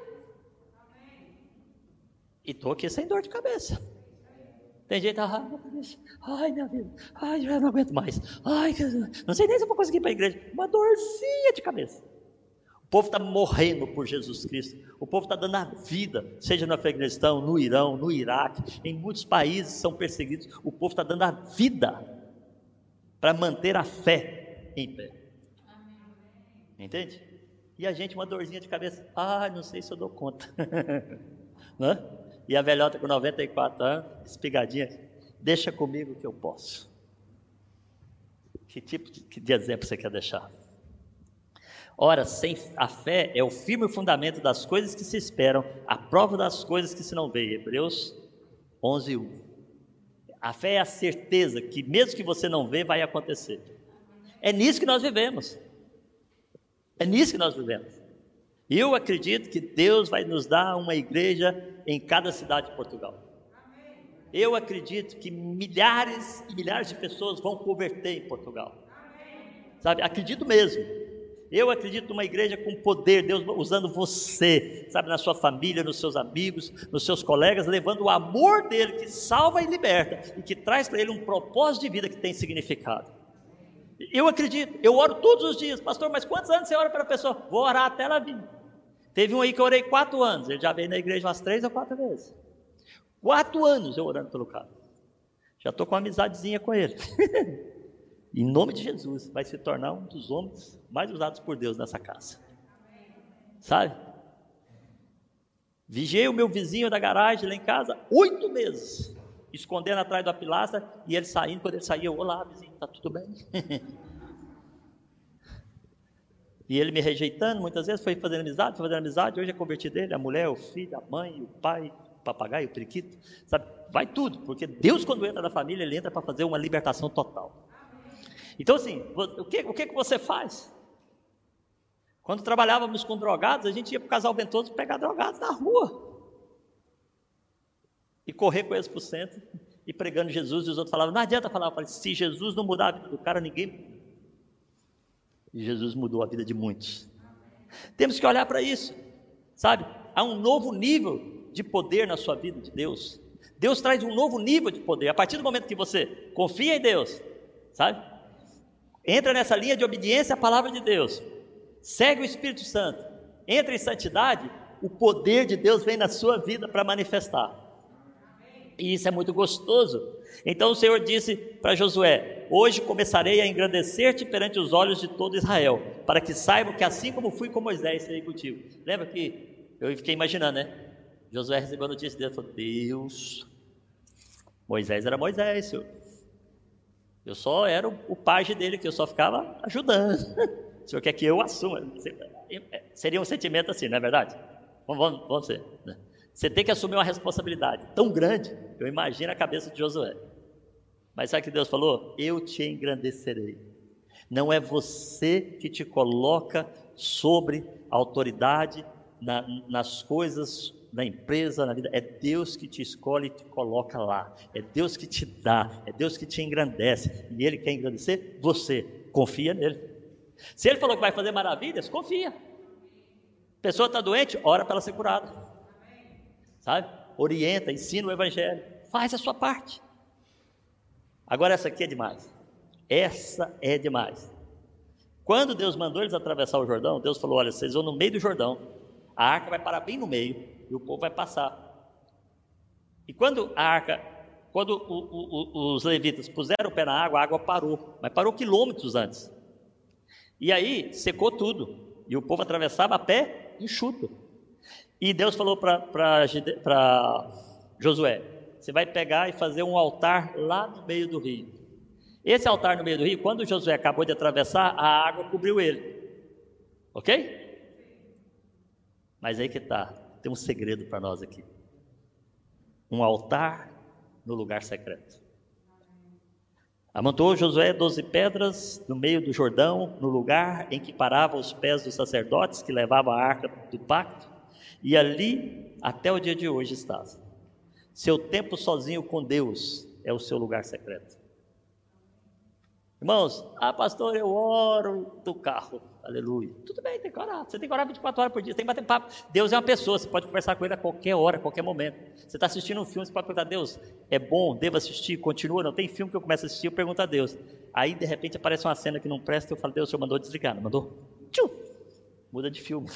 E estou aqui sem dor de cabeça. Tem gente: ai minha vida, ai eu não aguento mais, ai não sei nem se eu vou conseguir ir para a igreja. Uma dorzinha de cabeça. O povo está morrendo por Jesus Cristo. O povo está dando a vida, seja no Afeganistão, no Irão, no Iraque, em muitos países são perseguidos. O povo está dando a vida para manter a fé em pé. Entende? E a gente, uma dorzinha de cabeça: não sei se eu dou conta. Não? E a velhota com 94 anos, espigadinha: deixa comigo que eu posso. Que tipo de exemplo você quer deixar? Ora, a fé é o firme fundamento das coisas que se esperam, a prova das coisas que se não veem. Hebreus 11:1. A fé é a certeza que mesmo que você não vê, vai acontecer. É nisso que nós vivemos. É nisso que nós vivemos. E eu acredito que Deus vai nos dar uma igreja em cada cidade de Portugal. Eu acredito que milhares e milhares de pessoas vão converter em Portugal. Sabe, acredito mesmo. Eu acredito numa igreja com poder, Deus usando você, sabe, na sua família, nos seus amigos, nos seus colegas, levando o amor dele que salva e liberta e que traz para ele um propósito de vida que tem significado. Eu acredito, eu oro todos os dias. Pastor, mas quantos anos você ora para a pessoa? Vou orar até ela vir. Teve um aí que eu orei 4 anos, ele já veio na igreja umas 3 ou 4 vezes. 4 anos eu orando pelo cara. Já estou com uma amizadezinha com ele. Em nome de Jesus, vai se tornar um dos homens mais usados por Deus nessa casa. Sabe? Vigiei o meu vizinho da garagem lá em casa 8 meses, escondendo atrás da pilastra, e ele saindo. Quando ele saía, eu: olá vizinho, está tudo bem? E ele me rejeitando muitas vezes, foi fazendo amizade. Hoje é convertido dele, a mulher, o filho, a mãe, o pai, o papagaio, o periquito, sabe? Vai tudo, porque Deus, quando entra na família, ele entra para fazer uma libertação total. Então assim, o que você faz? Quando trabalhávamos com drogados, a gente ia para o Casal Ventoso pegar drogados na rua e correr com eles para o centro e pregando Jesus. E os outros falavam: não adianta falar, se Jesus não mudar a vida do cara, ninguém. E Jesus mudou a vida de muitos. Temos que olhar para isso, sabe? Há um novo nível de poder na sua vida de Deus. Deus traz um novo nível de poder. A partir do momento que você confia em Deus, sabe? Entra nessa linha de obediência à palavra de Deus, segue o Espírito Santo, entra em santidade, o poder de Deus vem na sua vida para manifestar. E isso é muito gostoso. Então o Senhor disse para Josué: hoje começarei a engrandecer-te perante os olhos de todo Israel, para que saibam que assim como fui com Moisés, serei contigo. Lembra que eu fiquei imaginando, né? Josué recebeu a notícia dele e falou: Deus, Moisés era Moisés, Senhor. Eu só era o pajem dele, que eu só ficava ajudando. O Senhor quer que eu assuma. Seria um sentimento assim, não é verdade? Vamos ser, né? Você tem que assumir uma responsabilidade tão grande. Eu imagino a cabeça de Josué. Mas sabe o que Deus falou? Eu te engrandecerei. Não é você que te coloca sobre a autoridade nas coisas, na empresa, na vida. É Deus que te escolhe e te coloca lá. É Deus que te dá. É Deus que te engrandece. E Ele quer engrandecer você. Confia nele. Se Ele falou que vai fazer maravilhas, confia. A pessoa está doente, ora para ela ser curada. Sabe? Orienta, ensina o Evangelho. Faz a sua parte. Agora essa aqui é demais. Essa é demais. Quando Deus mandou eles atravessar o Jordão, Deus falou: olha, vocês vão no meio do Jordão, a arca vai parar bem no meio e o povo vai passar. E quando os levitas puseram o pé na água, a água parou, mas parou quilômetros antes. E aí secou tudo e o povo atravessava a pé enxuto. E Deus falou para Josué: você vai pegar e fazer um altar lá no meio do rio. Esse altar no meio do rio, quando Josué acabou de atravessar, a água cobriu ele. Ok? Mas aí que está, tem um segredo para nós aqui. Um altar no lugar secreto. Amontoou Josué 12 pedras no meio do Jordão, no lugar em que paravam os pés dos sacerdotes que levavam a arca do pacto. E ali, até o dia de hoje, está. Seu tempo sozinho com Deus é o seu lugar secreto. Irmãos, pastor, eu oro do carro. Aleluia. Tudo bem, tem que orar. Você tem que orar 24 horas por dia, tem que bater papo. Deus é uma pessoa, você pode conversar com Ele a qualquer hora, a qualquer momento. Você está assistindo um filme, você pode perguntar: Deus, é bom, devo assistir, continua? Não tem filme que eu começo a assistir, eu pergunto a Deus. Aí, de repente, aparece uma cena que não presta, eu falo: Deus, o Senhor mandou desligar, não mandou? Tchum! Muda de filme.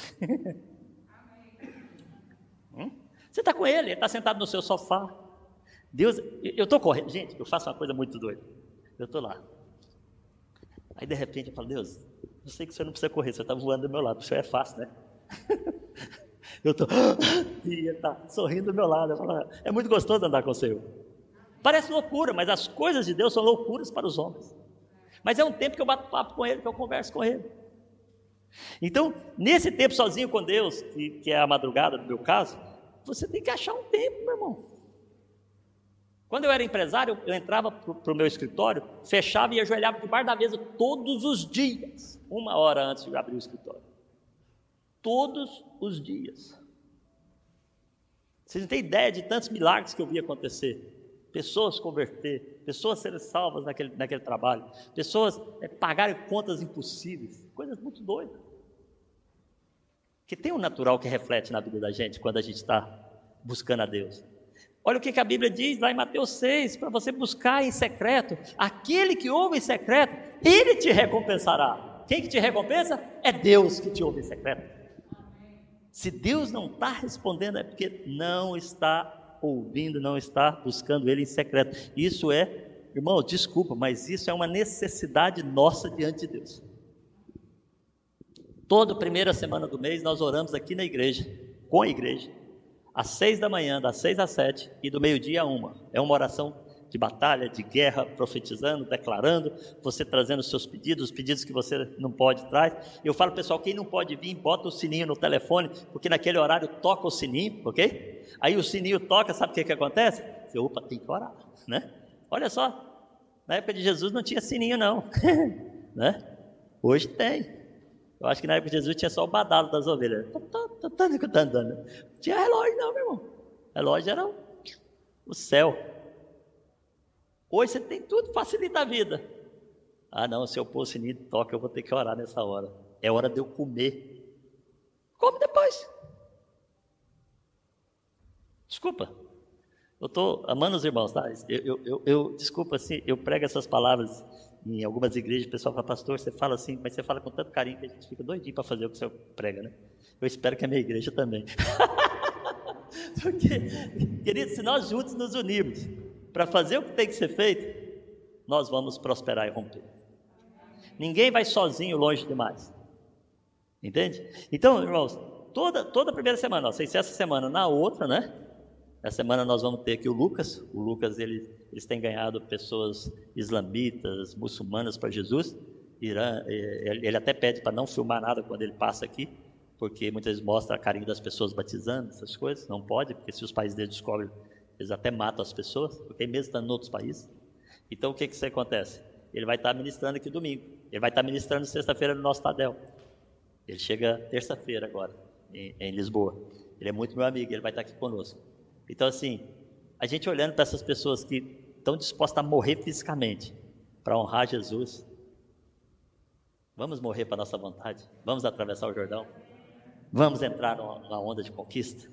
Você está com Ele está sentado no seu sofá. Deus, eu estou correndo. Gente, eu faço uma coisa muito doida. Eu estou lá. Aí de repente eu falo: Deus, eu sei que o Senhor não precisa correr, o Senhor está voando do meu lado, o Senhor é fácil, né? Eu estou, e Ele está sorrindo do meu lado. Eu falo: é muito gostoso andar com o Senhor. Parece loucura, mas as coisas de Deus são loucuras para os homens. Mas é um tempo que eu bato papo com Ele, que eu converso com Ele. Então, nesse tempo sozinho com Deus, que é a madrugada no meu caso, você tem que achar um tempo, meu irmão. Quando eu era empresário, eu entrava para o meu escritório, fechava e ajoelhava debaixo da mesa todos os dias, 1 hora antes de abrir o escritório. Todos os dias. Vocês não têm ideia de tantos milagres que eu vi acontecer. Pessoas converter, pessoas serem salvas naquele trabalho, pessoas pagarem contas impossíveis, coisas muito doidas. Que tem um natural que reflete na vida da gente quando a gente está buscando a Deus. Olha o que a Bíblia diz lá em Mateus 6, para você buscar em secreto, aquele que ouve em secreto, ele te recompensará. Quem que te recompensa? É Deus que te ouve em secreto. Se Deus não está respondendo, é porque não está ouvindo, não está buscando Ele em secreto. Isso irmão, desculpa, mas isso é uma necessidade nossa diante de Deus. Toda primeira semana do mês nós oramos aqui na igreja, com a igreja, às 6 da manhã, das 6 às 7 e do meio-dia a 1. É uma oração de batalha, de guerra, profetizando, declarando, você trazendo os seus pedidos, os pedidos que você não pode traz. Eu falo, pessoal, quem não pode vir, bota o sininho no telefone, porque naquele horário toca o sininho, ok? Aí o sininho toca, sabe o que acontece? Você, opa, tem que orar, né? Olha só, na época de Jesus não tinha sininho não, né? Hoje tem. Eu acho que na época de Jesus tinha só o badalo das ovelhas. Não tinha relógio não, meu irmão. Relógio era o céu. Hoje você tem tudo, facilita a vida. Ah não, se eu pôr o sininho de toque, eu vou ter que orar nessa hora. É hora de eu comer. Come depois. Desculpa. Eu estou amando os irmãos, tá? Desculpa, assim, eu prego essas palavras em algumas igrejas, o pessoal fala, pastor, você fala assim, mas você fala com tanto carinho que a gente fica doidinho para fazer o que você prega, né? Eu espero que a minha igreja também. Porque, querido, se nós juntos nos unirmos para fazer o que tem que ser feito, nós vamos prosperar e romper. Ninguém vai sozinho longe demais. Entende? Então, irmãos, toda primeira semana, ó, sem ser essa semana, na outra, né? Essa semana nós vamos ter aqui o Lucas. O Lucas, eles têm ganhado pessoas islamitas, muçulmanas para Jesus. Ele até pede para não filmar nada quando ele passa aqui, porque muitas vezes mostra a carinho das pessoas batizando, essas coisas. Não pode, porque se os países deles descobrem, eles até matam as pessoas, porque mesmo estando em outros países. Então o que acontece? Ele vai estar ministrando aqui domingo. Ele vai estar ministrando sexta-feira no nosso Tadel. Ele chega terça-feira agora, em Lisboa. Ele é muito meu amigo, ele vai estar aqui conosco. Então assim, a gente olhando para essas pessoas que estão dispostas a morrer fisicamente para honrar Jesus, vamos morrer para a nossa vontade? Vamos atravessar o Jordão? Vamos entrar numa onda de conquista?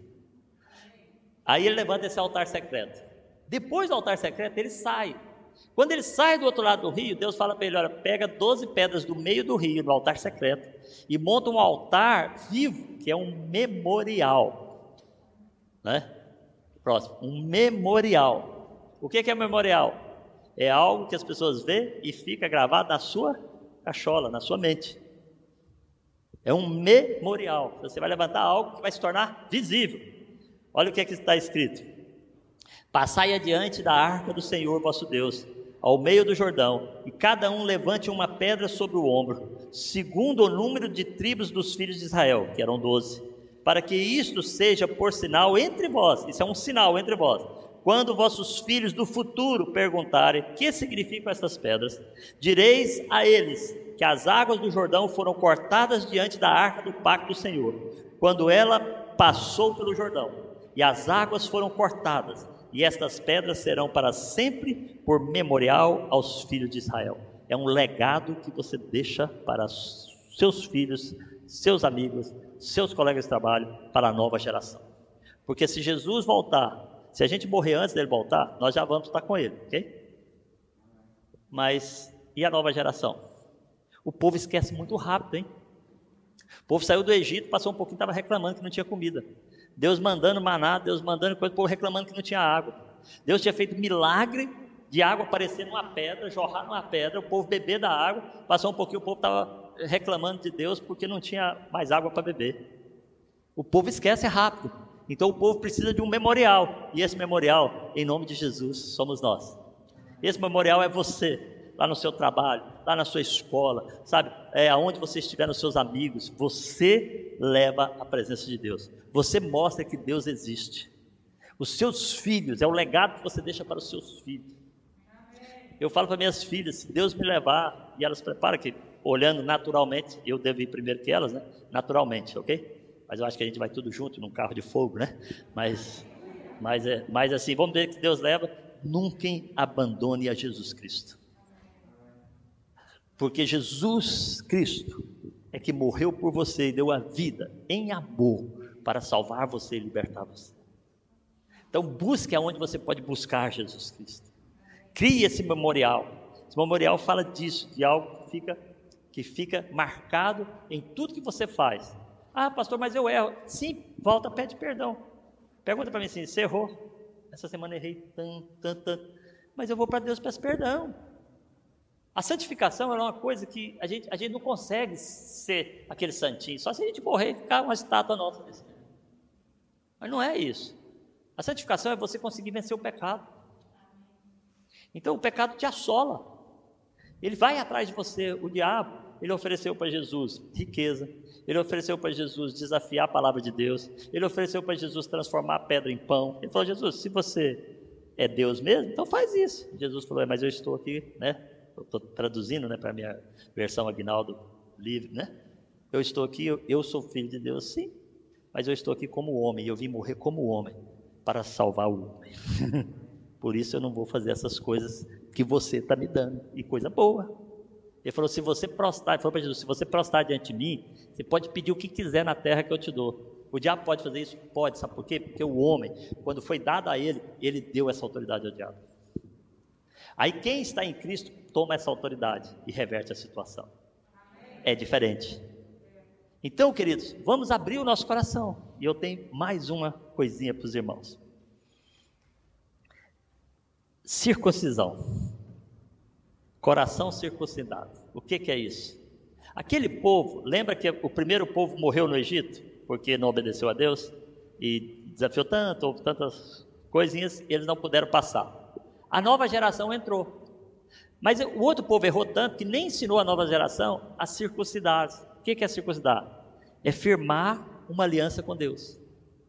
Aí ele levanta esse altar secreto. Depois do altar secreto ele sai. Quando ele sai do outro lado do rio, Deus fala para ele, olha, pega 12 pedras do meio do rio, no altar secreto, e monta um altar vivo, que é um memorial, né? Próximo, um memorial. O que é memorial? É algo que as pessoas vê e fica gravado na sua cachola, na sua mente. É um memorial. Você vai levantar algo que vai se tornar visível. Olha o que está escrito: passai adiante da arca do Senhor vosso Deus, ao meio do Jordão, e cada um levante uma pedra sobre o ombro, segundo o número de tribos dos filhos de Israel, que eram 12, para que isto seja por sinal entre vós. Isso é um sinal entre vós. Quando vossos filhos do futuro perguntarem o que significam estas pedras, direis a eles que as águas do Jordão foram cortadas diante da arca do pacto do Senhor, quando ela passou pelo Jordão, e as águas foram cortadas, e estas pedras serão para sempre por memorial aos filhos de Israel. É um legado que você deixa para seus filhos, seus amigos, seus colegas de trabalho, para a nova geração. Porque se Jesus voltar, se a gente morrer antes dele voltar, nós já vamos estar com ele, ok? Mas e a nova geração? O povo esquece muito rápido, hein? O povo saiu do Egito, passou um pouquinho, estava reclamando que não tinha comida. Deus mandando maná, Deus mandando coisa, o povo reclamando que não tinha água. Deus tinha feito milagre de água aparecer numa pedra, jorrar numa pedra, o povo beber da água, passou um pouquinho, o povo estava reclamando de Deus porque não tinha mais água para beber. O povo esquece rápido. Então o povo precisa de um memorial, e esse memorial, em nome de Jesus, somos nós. Esse memorial é você, lá no seu trabalho, lá na sua escola, sabe, aonde você estiver, nos seus amigos, você leva a presença de Deus, você mostra que Deus existe. Os seus filhos, é o legado que você deixa para os seus filhos. Eu falo para minhas filhas, se Deus me levar, e elas preparam que, olhando naturalmente, eu devo ir primeiro que elas, né? Naturalmente, ok? Mas eu acho que a gente vai tudo junto num carro de fogo, né? Mas assim, vamos ver que Deus leva. Nunca abandone a Jesus Cristo. Porque Jesus Cristo é que morreu por você e deu a vida em amor para salvar você e libertar você. Então busque aonde você pode buscar Jesus Cristo. Crie esse memorial. Esse memorial fala disso, de algo que fica marcado em tudo que você faz. Ah, pastor, mas eu erro. Sim, volta, pede perdão. Pergunta para mim assim, você errou? Essa semana errei tanto. Mas eu vou para Deus e peço perdão. A santificação é uma coisa que a gente não consegue ser aquele santinho. Só se a gente morrer e ficar uma estátua nossa. Mas não é isso. A santificação é você conseguir vencer o pecado. Então o pecado te assola. Ele vai atrás de você. O diabo, ele ofereceu para Jesus riqueza. Ele ofereceu para Jesus desafiar a palavra de Deus. Ele ofereceu para Jesus transformar a pedra em pão. Ele falou, Jesus, se você é Deus mesmo, então faz isso. Jesus falou, mas eu estou aqui, né? Eu estou traduzindo, né, para a minha versão Aguinaldo livre, né? Eu estou aqui, eu sou filho de Deus, sim. Mas eu estou aqui como homem. Eu vim morrer como homem para salvar o homem. Por isso eu não vou fazer essas coisas que você está me dando. E coisa boa. Ele falou, se você prostrar, ele falou para Jesus, se você prostrar diante de mim, você pode pedir o que quiser na terra que eu te dou. O diabo pode fazer isso? Pode, sabe por quê? Porque o homem, quando foi dado a ele, ele deu essa autoridade ao diabo. Aí quem está em Cristo, toma essa autoridade e reverte a situação. É diferente. Então, queridos, vamos abrir o nosso coração. E eu tenho mais uma coisinha para os irmãos. Circuncisão. Coração circuncidado. O que é isso? Aquele povo, lembra que o primeiro povo morreu no Egito? Porque não obedeceu a Deus? E desafiou tanto, houve tantas coisinhas, e eles não puderam passar. A nova geração entrou. Mas o outro povo errou tanto que nem ensinou a nova geração a circuncidar. O que é circuncidar? É firmar uma aliança com Deus.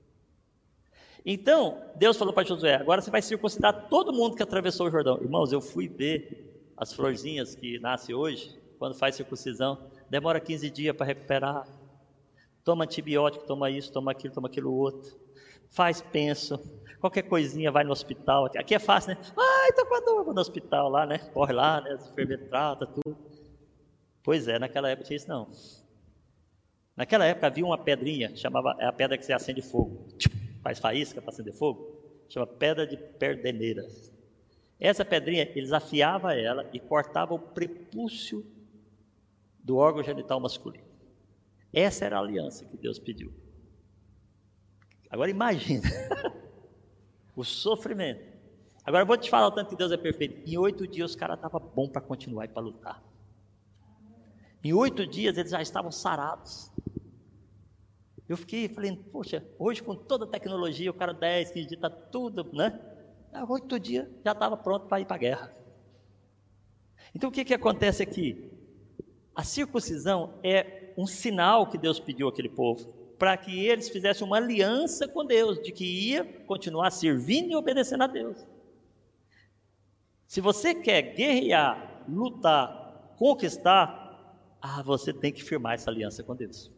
Então, Deus falou para Josué, agora você vai circuncidar todo mundo que atravessou o Jordão. Irmãos, eu fui ver as florzinhas que nascem hoje, quando faz circuncisão, demora 15 dias para recuperar. Toma antibiótico, toma isso, toma aquilo outro. Faz penso, qualquer coisinha vai no hospital. Aqui é fácil, né? Ai, tô com a dor, vou no hospital lá, né? Corre lá, né? As enfermeiras tratam, tudo. Pois é, naquela época tinha isso não. Naquela época havia uma pedrinha, chamava, é a pedra que você acende fogo. Faz faísca para acender fogo. Chama pedra de perdeneiras. Essa pedrinha, eles afiavam ela e cortavam o prepúcio do órgão genital masculino. Essa era a aliança que Deus pediu. Agora imagina o sofrimento. Agora eu vou te falar o tanto que Deus é perfeito. Em 8 dias os caras estavam bons para continuar e para lutar. Em 8 dias eles já estavam sarados. Eu falei, poxa, hoje com toda a tecnologia, o cara 10, 15 dias está tudo, né? 8 dias já estava pronto para ir para a guerra. Então o que acontece aqui? A circuncisão é um sinal que Deus pediu àquele povo, para que eles fizessem uma aliança com Deus, de que ia continuar servindo e obedecendo a Deus. Se você quer guerrear, lutar, conquistar, você tem que firmar essa aliança com Deus.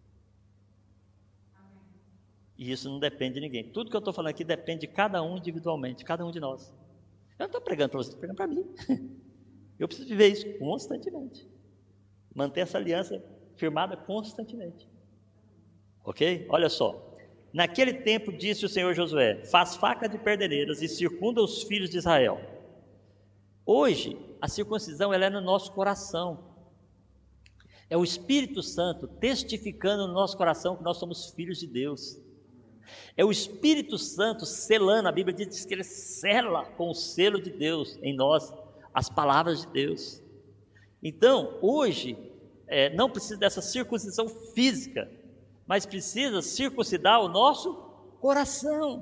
E isso não depende de ninguém. Tudo que eu estou falando aqui depende de cada um individualmente, cada um de nós. Eu não estou pregando para você, estou pregando para mim. Eu preciso viver isso constantemente. Manter essa aliança firmada constantemente. Ok? Olha só. Naquele tempo disse o Senhor Josué, faz faca de perdeiras e circunda os filhos de Israel. Hoje, a circuncisão ela é no nosso coração. É o Espírito Santo testificando no nosso coração que nós somos filhos de Deus. É o Espírito Santo selando, a Bíblia diz que ele sela com o selo de Deus em nós, as palavras de Deus. Então, hoje, não precisa dessa circuncisão física, mas precisa circuncidar o nosso coração.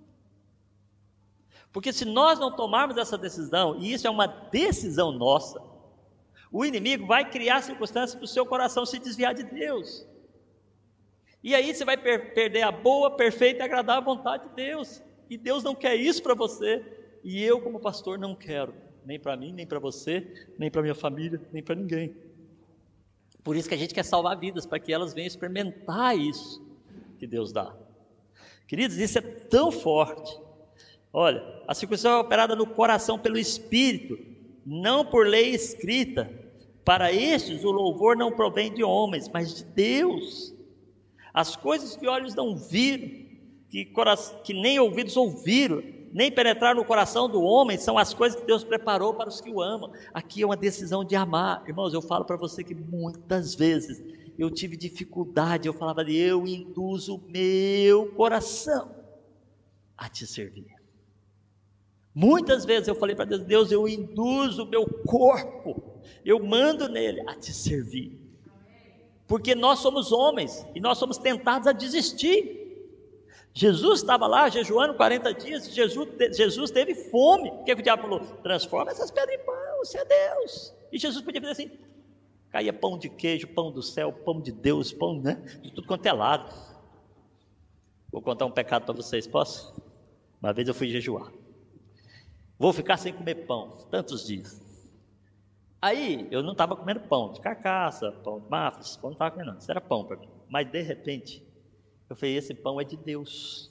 Porque se nós não tomarmos essa decisão, e isso é uma decisão nossa, o inimigo vai criar circunstâncias para o seu coração se desviar de Deus. E aí você vai perder a boa, perfeita e agradável vontade de Deus. E Deus não quer isso para você, e eu como pastor não quero, nem para mim, nem para você, nem para minha família, nem para ninguém. Por isso que a gente quer salvar vidas, para que elas venham experimentar isso que Deus dá. Queridos, isso é tão forte. Olha, a circuncisão é operada no coração pelo Espírito, não por lei escrita. Para estes o louvor não provém de homens, mas de Deus. As coisas que olhos não viram, que nem ouvidos ouviram, nem penetraram no coração do homem, são as coisas que Deus preparou para os que o amam. Aqui é uma decisão de amar. Irmãos, eu falo para você que muitas vezes eu tive dificuldade, eu falava ali, eu induzo o meu coração a te servir. Muitas vezes eu falei para Deus, Deus, eu induzo o meu corpo, eu mando nele a te servir. Porque nós somos homens e nós somos tentados a desistir. Jesus estava lá jejuando 40 dias, Jesus teve fome. O que o diabo falou? Transforma essas pedras em pão, você é Deus. E Jesus podia fazer assim, caía pão de queijo, pão do céu, pão de Deus, pão, né? De tudo quanto é lado. Vou contar um pecado para vocês, posso? Uma vez eu fui jejuar. Vou ficar sem comer pão, tantos dias. Aí eu não estava comendo pão de carcaça, pão de mafras, pão não estava comendo não, isso era pão para mim. Mas de repente, eu falei, esse pão é de Deus.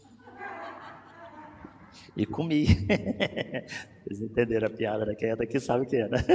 E comi. Vocês entenderam a piada, né? Quem é daqui sabe o que é, né?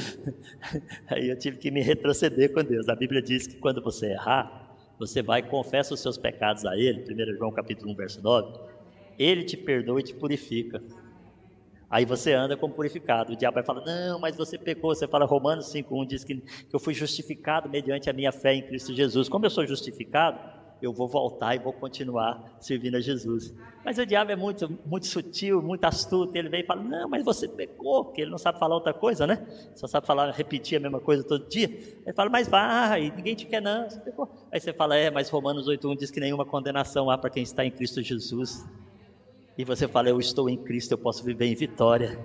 Aí eu tive que me retroceder com Deus. A Bíblia diz que quando você errar, você vai e confessa os seus pecados a Ele, 1 João capítulo 1, verso 9, Ele te perdoa e te purifica. Aí você anda como purificado. O diabo vai falar, não, mas você pecou. Você fala, Romanos 5,1 diz que eu fui justificado mediante a minha fé em Cristo Jesus. Como eu sou justificado, eu vou voltar e vou continuar servindo a Jesus. Mas o diabo é muito, muito sutil, muito astuto. Ele vem e fala, não, mas você pecou, porque ele não sabe falar outra coisa, né? Só sabe falar, repetir a mesma coisa todo dia. Ele fala, mas vai, ninguém te quer não, você pecou. Aí você fala, mas Romanos 8,1 diz que nenhuma condenação há para quem está em Cristo Jesus. E você fala, eu estou em Cristo, eu posso viver em vitória.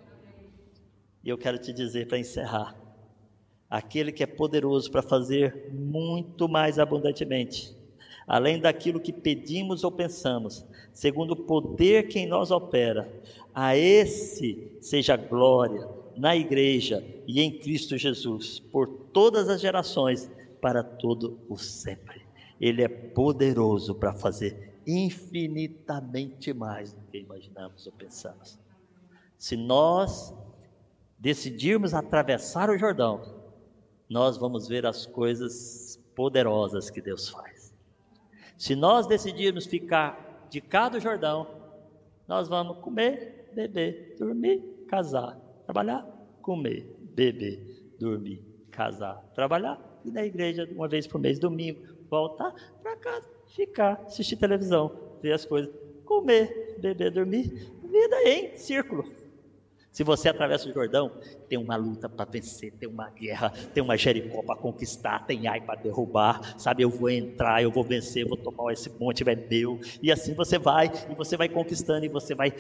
E eu quero te dizer para encerrar, aquele que é poderoso para fazer muito mais abundantemente, além daquilo que pedimos ou pensamos, segundo o poder que em nós opera, a esse seja glória na igreja e em Cristo Jesus, por todas as gerações, para todo o sempre. Ele é poderoso para fazer infinitamente mais do que imaginamos ou pensamos. Se nós decidirmos atravessar o Jordão, nós vamos ver as coisas poderosas que Deus faz. Se nós decidirmos ficar de cá do Jordão, nós vamos comer, beber, dormir, casar, trabalhar, comer, beber, dormir, casar, trabalhar, e na igreja uma vez por mês, domingo, voltar para casa, ficar, assistir televisão, ver as coisas, comer, beber, dormir, vida em círculo. Se você atravessa o Jordão, tem uma luta para vencer, tem uma guerra, tem uma Jericó para conquistar, tem Ai para derrubar, sabe, eu vou entrar, eu vou vencer, eu vou tomar esse monte, vai meu, e assim você vai, e você vai conquistando, e você vai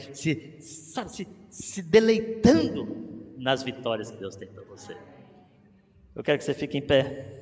se deleitando nas vitórias que Deus tem para você. Eu quero que você fique em pé,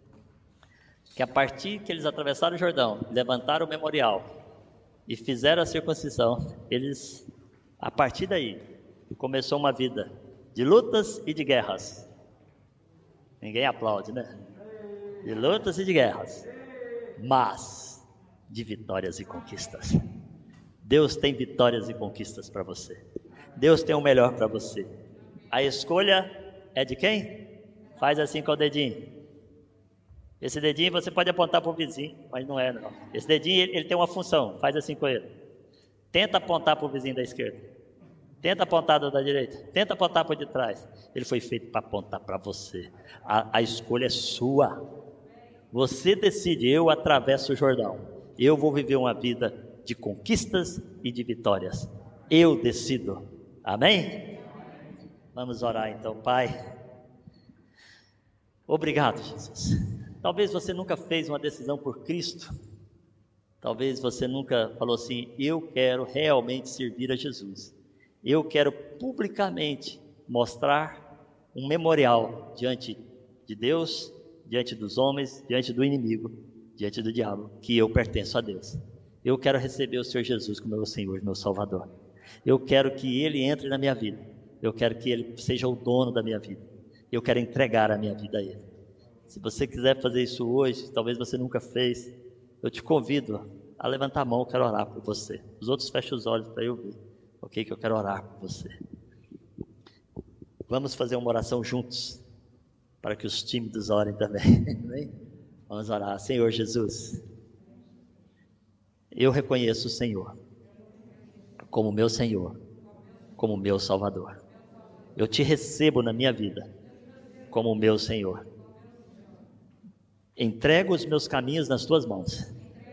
que a partir que eles atravessaram o Jordão, levantaram o memorial, e fizeram a circuncisão, eles, a partir daí, começou uma vida de lutas e de guerras. Ninguém aplaude, né? De lutas e de guerras, mas de vitórias e conquistas. Deus tem vitórias e conquistas para você. Deus tem o melhor para você. A escolha é de quem? Faz assim com o dedinho. Esse dedinho você pode apontar para o vizinho, mas não é não. Esse dedinho ele tem uma função, faz assim com ele. Tenta apontar para o vizinho da esquerda. Tenta apontar da direita, tenta apontar por de trás. Ele foi feito para apontar para você. A escolha é sua. Você decide, eu atravesso o Jordão. Eu vou viver uma vida de conquistas e de vitórias. Eu decido. Amém? Vamos orar então, Pai. Obrigado, Jesus. Talvez você nunca fez uma decisão por Cristo. Talvez você nunca falou assim, eu quero realmente servir a Jesus. Eu quero publicamente mostrar um memorial diante de Deus, diante dos homens, diante do inimigo, diante do diabo, que eu pertenço a Deus. Eu quero receber o Senhor Jesus como meu Senhor e meu Salvador. Eu quero que Ele entre na minha vida. Eu quero que Ele seja o dono da minha vida. Eu quero entregar a minha vida a Ele. Se você quiser fazer isso hoje, talvez você nunca fez, eu te convido a levantar a mão, eu quero orar por você. Os outros fecham os olhos para eu ver, ok? Que eu quero orar por você. Vamos fazer uma oração juntos, para que os tímidos orem também. Vamos orar. Senhor Jesus, eu reconheço o Senhor como meu Senhor, como meu Salvador. Eu te recebo na minha vida como meu Senhor. Entrego os meus caminhos nas tuas mãos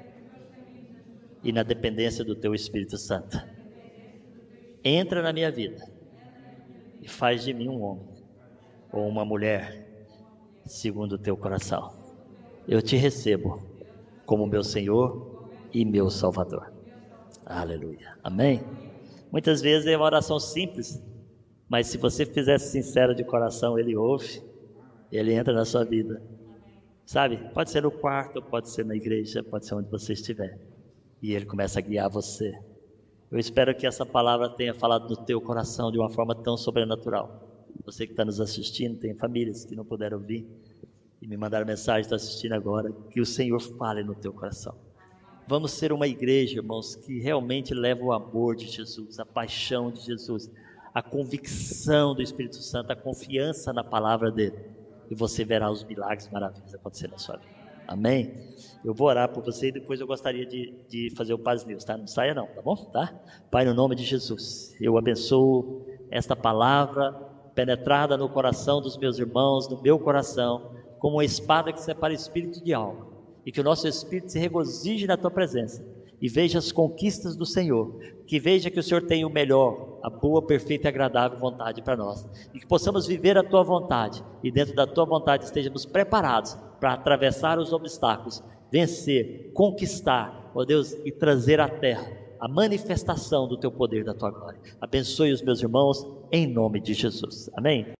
e na dependência do teu Espírito Santo. Entra na minha vida e faz de mim um homem ou uma mulher segundo o teu coração. Eu te recebo como meu Senhor e meu Salvador. Aleluia. Amém? Muitas vezes é uma oração simples, mas se você fizer sincero de coração, Ele ouve, Ele entra na sua vida. Sabe? Pode ser no quarto, pode ser na igreja, pode ser onde você estiver. E Ele começa a guiar você. Eu espero que essa palavra tenha falado no teu coração de uma forma tão sobrenatural. Você que está nos assistindo, tem famílias que não puderam vir e me mandaram mensagem, está assistindo agora, que o Senhor fale no teu coração. Vamos ser uma igreja, irmãos, que realmente leva o amor de Jesus, a paixão de Jesus, a convicção do Espírito Santo, a confiança na palavra dele. E você verá os milagres maravilhosos acontecer na sua vida. Amém? Eu vou orar por você e depois eu gostaria de fazer o Paz News, tá? Não saia não, tá bom? Tá? Pai, no nome de Jesus, eu abençoo esta palavra penetrada no coração dos meus irmãos, no meu coração, como uma espada que separa espírito de alma. E que o nosso espírito se regozije na tua presença e veja as conquistas do Senhor, que veja que o Senhor tem o melhor, a boa, perfeita e agradável vontade para nós, e que possamos viver a tua vontade, e dentro da tua vontade estejamos preparados para atravessar os obstáculos, vencer, conquistar, ó Deus, e trazer à terra a manifestação do teu poder, da tua glória. Abençoe os meus irmãos, em nome de Jesus. Amém?